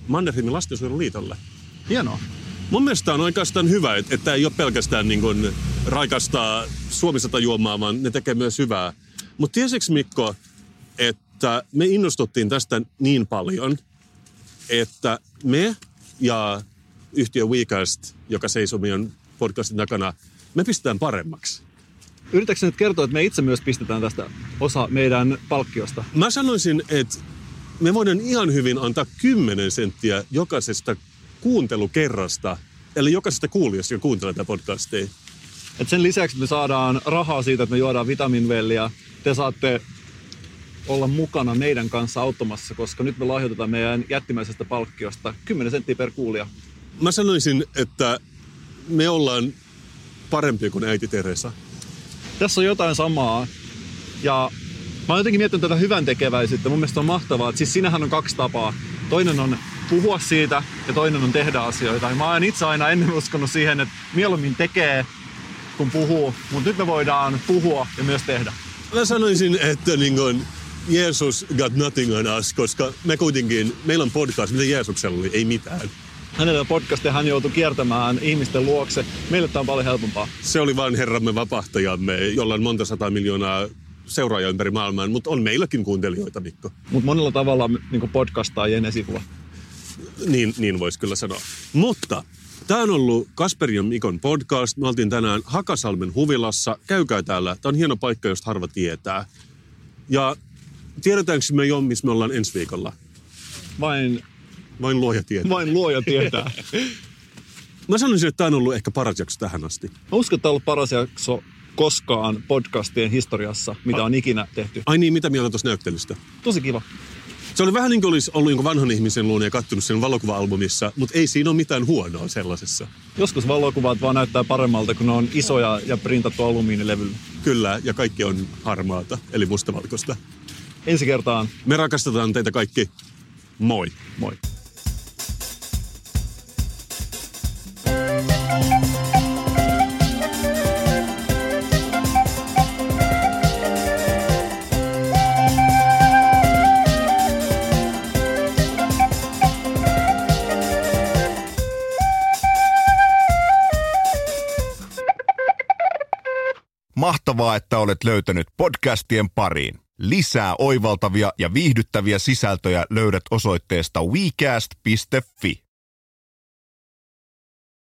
Mannerheimin lastensuojeluliitolle. Hienoa. Mun mielestä on oikeastaan hyvä, että tämä ei ole pelkästään niin kuin raikastaa Suomi-100 juomaa, vaan ne tekee myös hyvää. Mutta tiesitkö Mikko, että me innostuttiin tästä niin paljon, että me ja yhtiö WeCast, joka seisoo meidän podcastin takana, me pistetään paremmaksi. Yritätkö nyt kertoa, että me itse myös pistetään tästä osa meidän palkkiosta? Mä sanoisin, että me voidaan ihan hyvin antaa 10 senttiä jokaisesta kuuntelukerrasta, eli jokaisesta kuulijasta, joka kuuntelee tätä podcastia. Et sen lisäksi me saadaan rahaa siitä, että me juodaan vitaminvelliä. Te saatte olla mukana meidän kanssa auttamassa, koska nyt me lahjoitetaan meidän jättimäisestä palkkiosta 10 senttiä per kuulija. Mä sanoisin, että me ollaan parempia kuin äiti Teresa. Tässä on jotain samaa. Ja mä oon jotenkin miettinyt tätä hyvän tekeväisyyttä. Mun mielestä on mahtavaa. Siis siinähän on 2 tapaa. Toinen on puhua siitä ja toinen on tehdä asioita. Ja mä oon itse aina ennen uskonut siihen, että mieluummin tekee kun puhuu. Mutta nyt me voidaan puhua ja myös tehdä. Mä sanoisin, että niin kuin Jeesus got nothing on us, koska me kuitenkin, meillä on podcast, mitä Jeesuksella oli, ei mitään. Hänellä on podcast ja hän joutui kiertämään ihmisten luokse. Meille tämä on paljon helpompaa. Se oli vain Herramme vapahtajamme, jolla on monta 100 miljoonaa seuraajaa ympäri maailmaa, mutta on meilläkin kuuntelijoita, Mikko. Mutta monella tavalla niin podcastaa ei ennen sivulla. Niin voisi kyllä sanoa. Mutta tämä on ollut Kasperin ja Mikon podcast. Me oltiin tänään Hakasalmen huvilassa. Käykää täällä. Tämä on hieno paikka, josta harva tietää. Ja tiedetäänkö me jo, missä me ollaan ensi viikolla? Vain luoja tietää. Vain luoja tietää. Mä sanoisin, että tämä on ollut ehkä paras jakso tähän asti. Mä uskon, että tämä on ollut paras jakso koskaan podcastien historiassa, mitä on ikinä tehty. Ai niin, mitä mieltä tuossa näyttelystä? Tosi kiva. Se oli vähän niin kuin olisi ollut jonkun vanhan ihmisen luona ja kattonut sen valokuva-albumissa, mutta ei siinä ole mitään huonoa sellaisessa. Joskus valokuvat vaan näyttää paremmalta, kun ne on isoja ja printattu alumiinilevyllä. Kyllä, ja kaikki on harmaata, eli mustavalkoista. Ensi kertaan. Me rakastetaan teitä kaikki. Moi. Moi. Mahtavaa, että olet löytänyt podcastien pariin. Lisää oivaltavia ja viihdyttäviä sisältöjä löydät osoitteesta wecast.fi.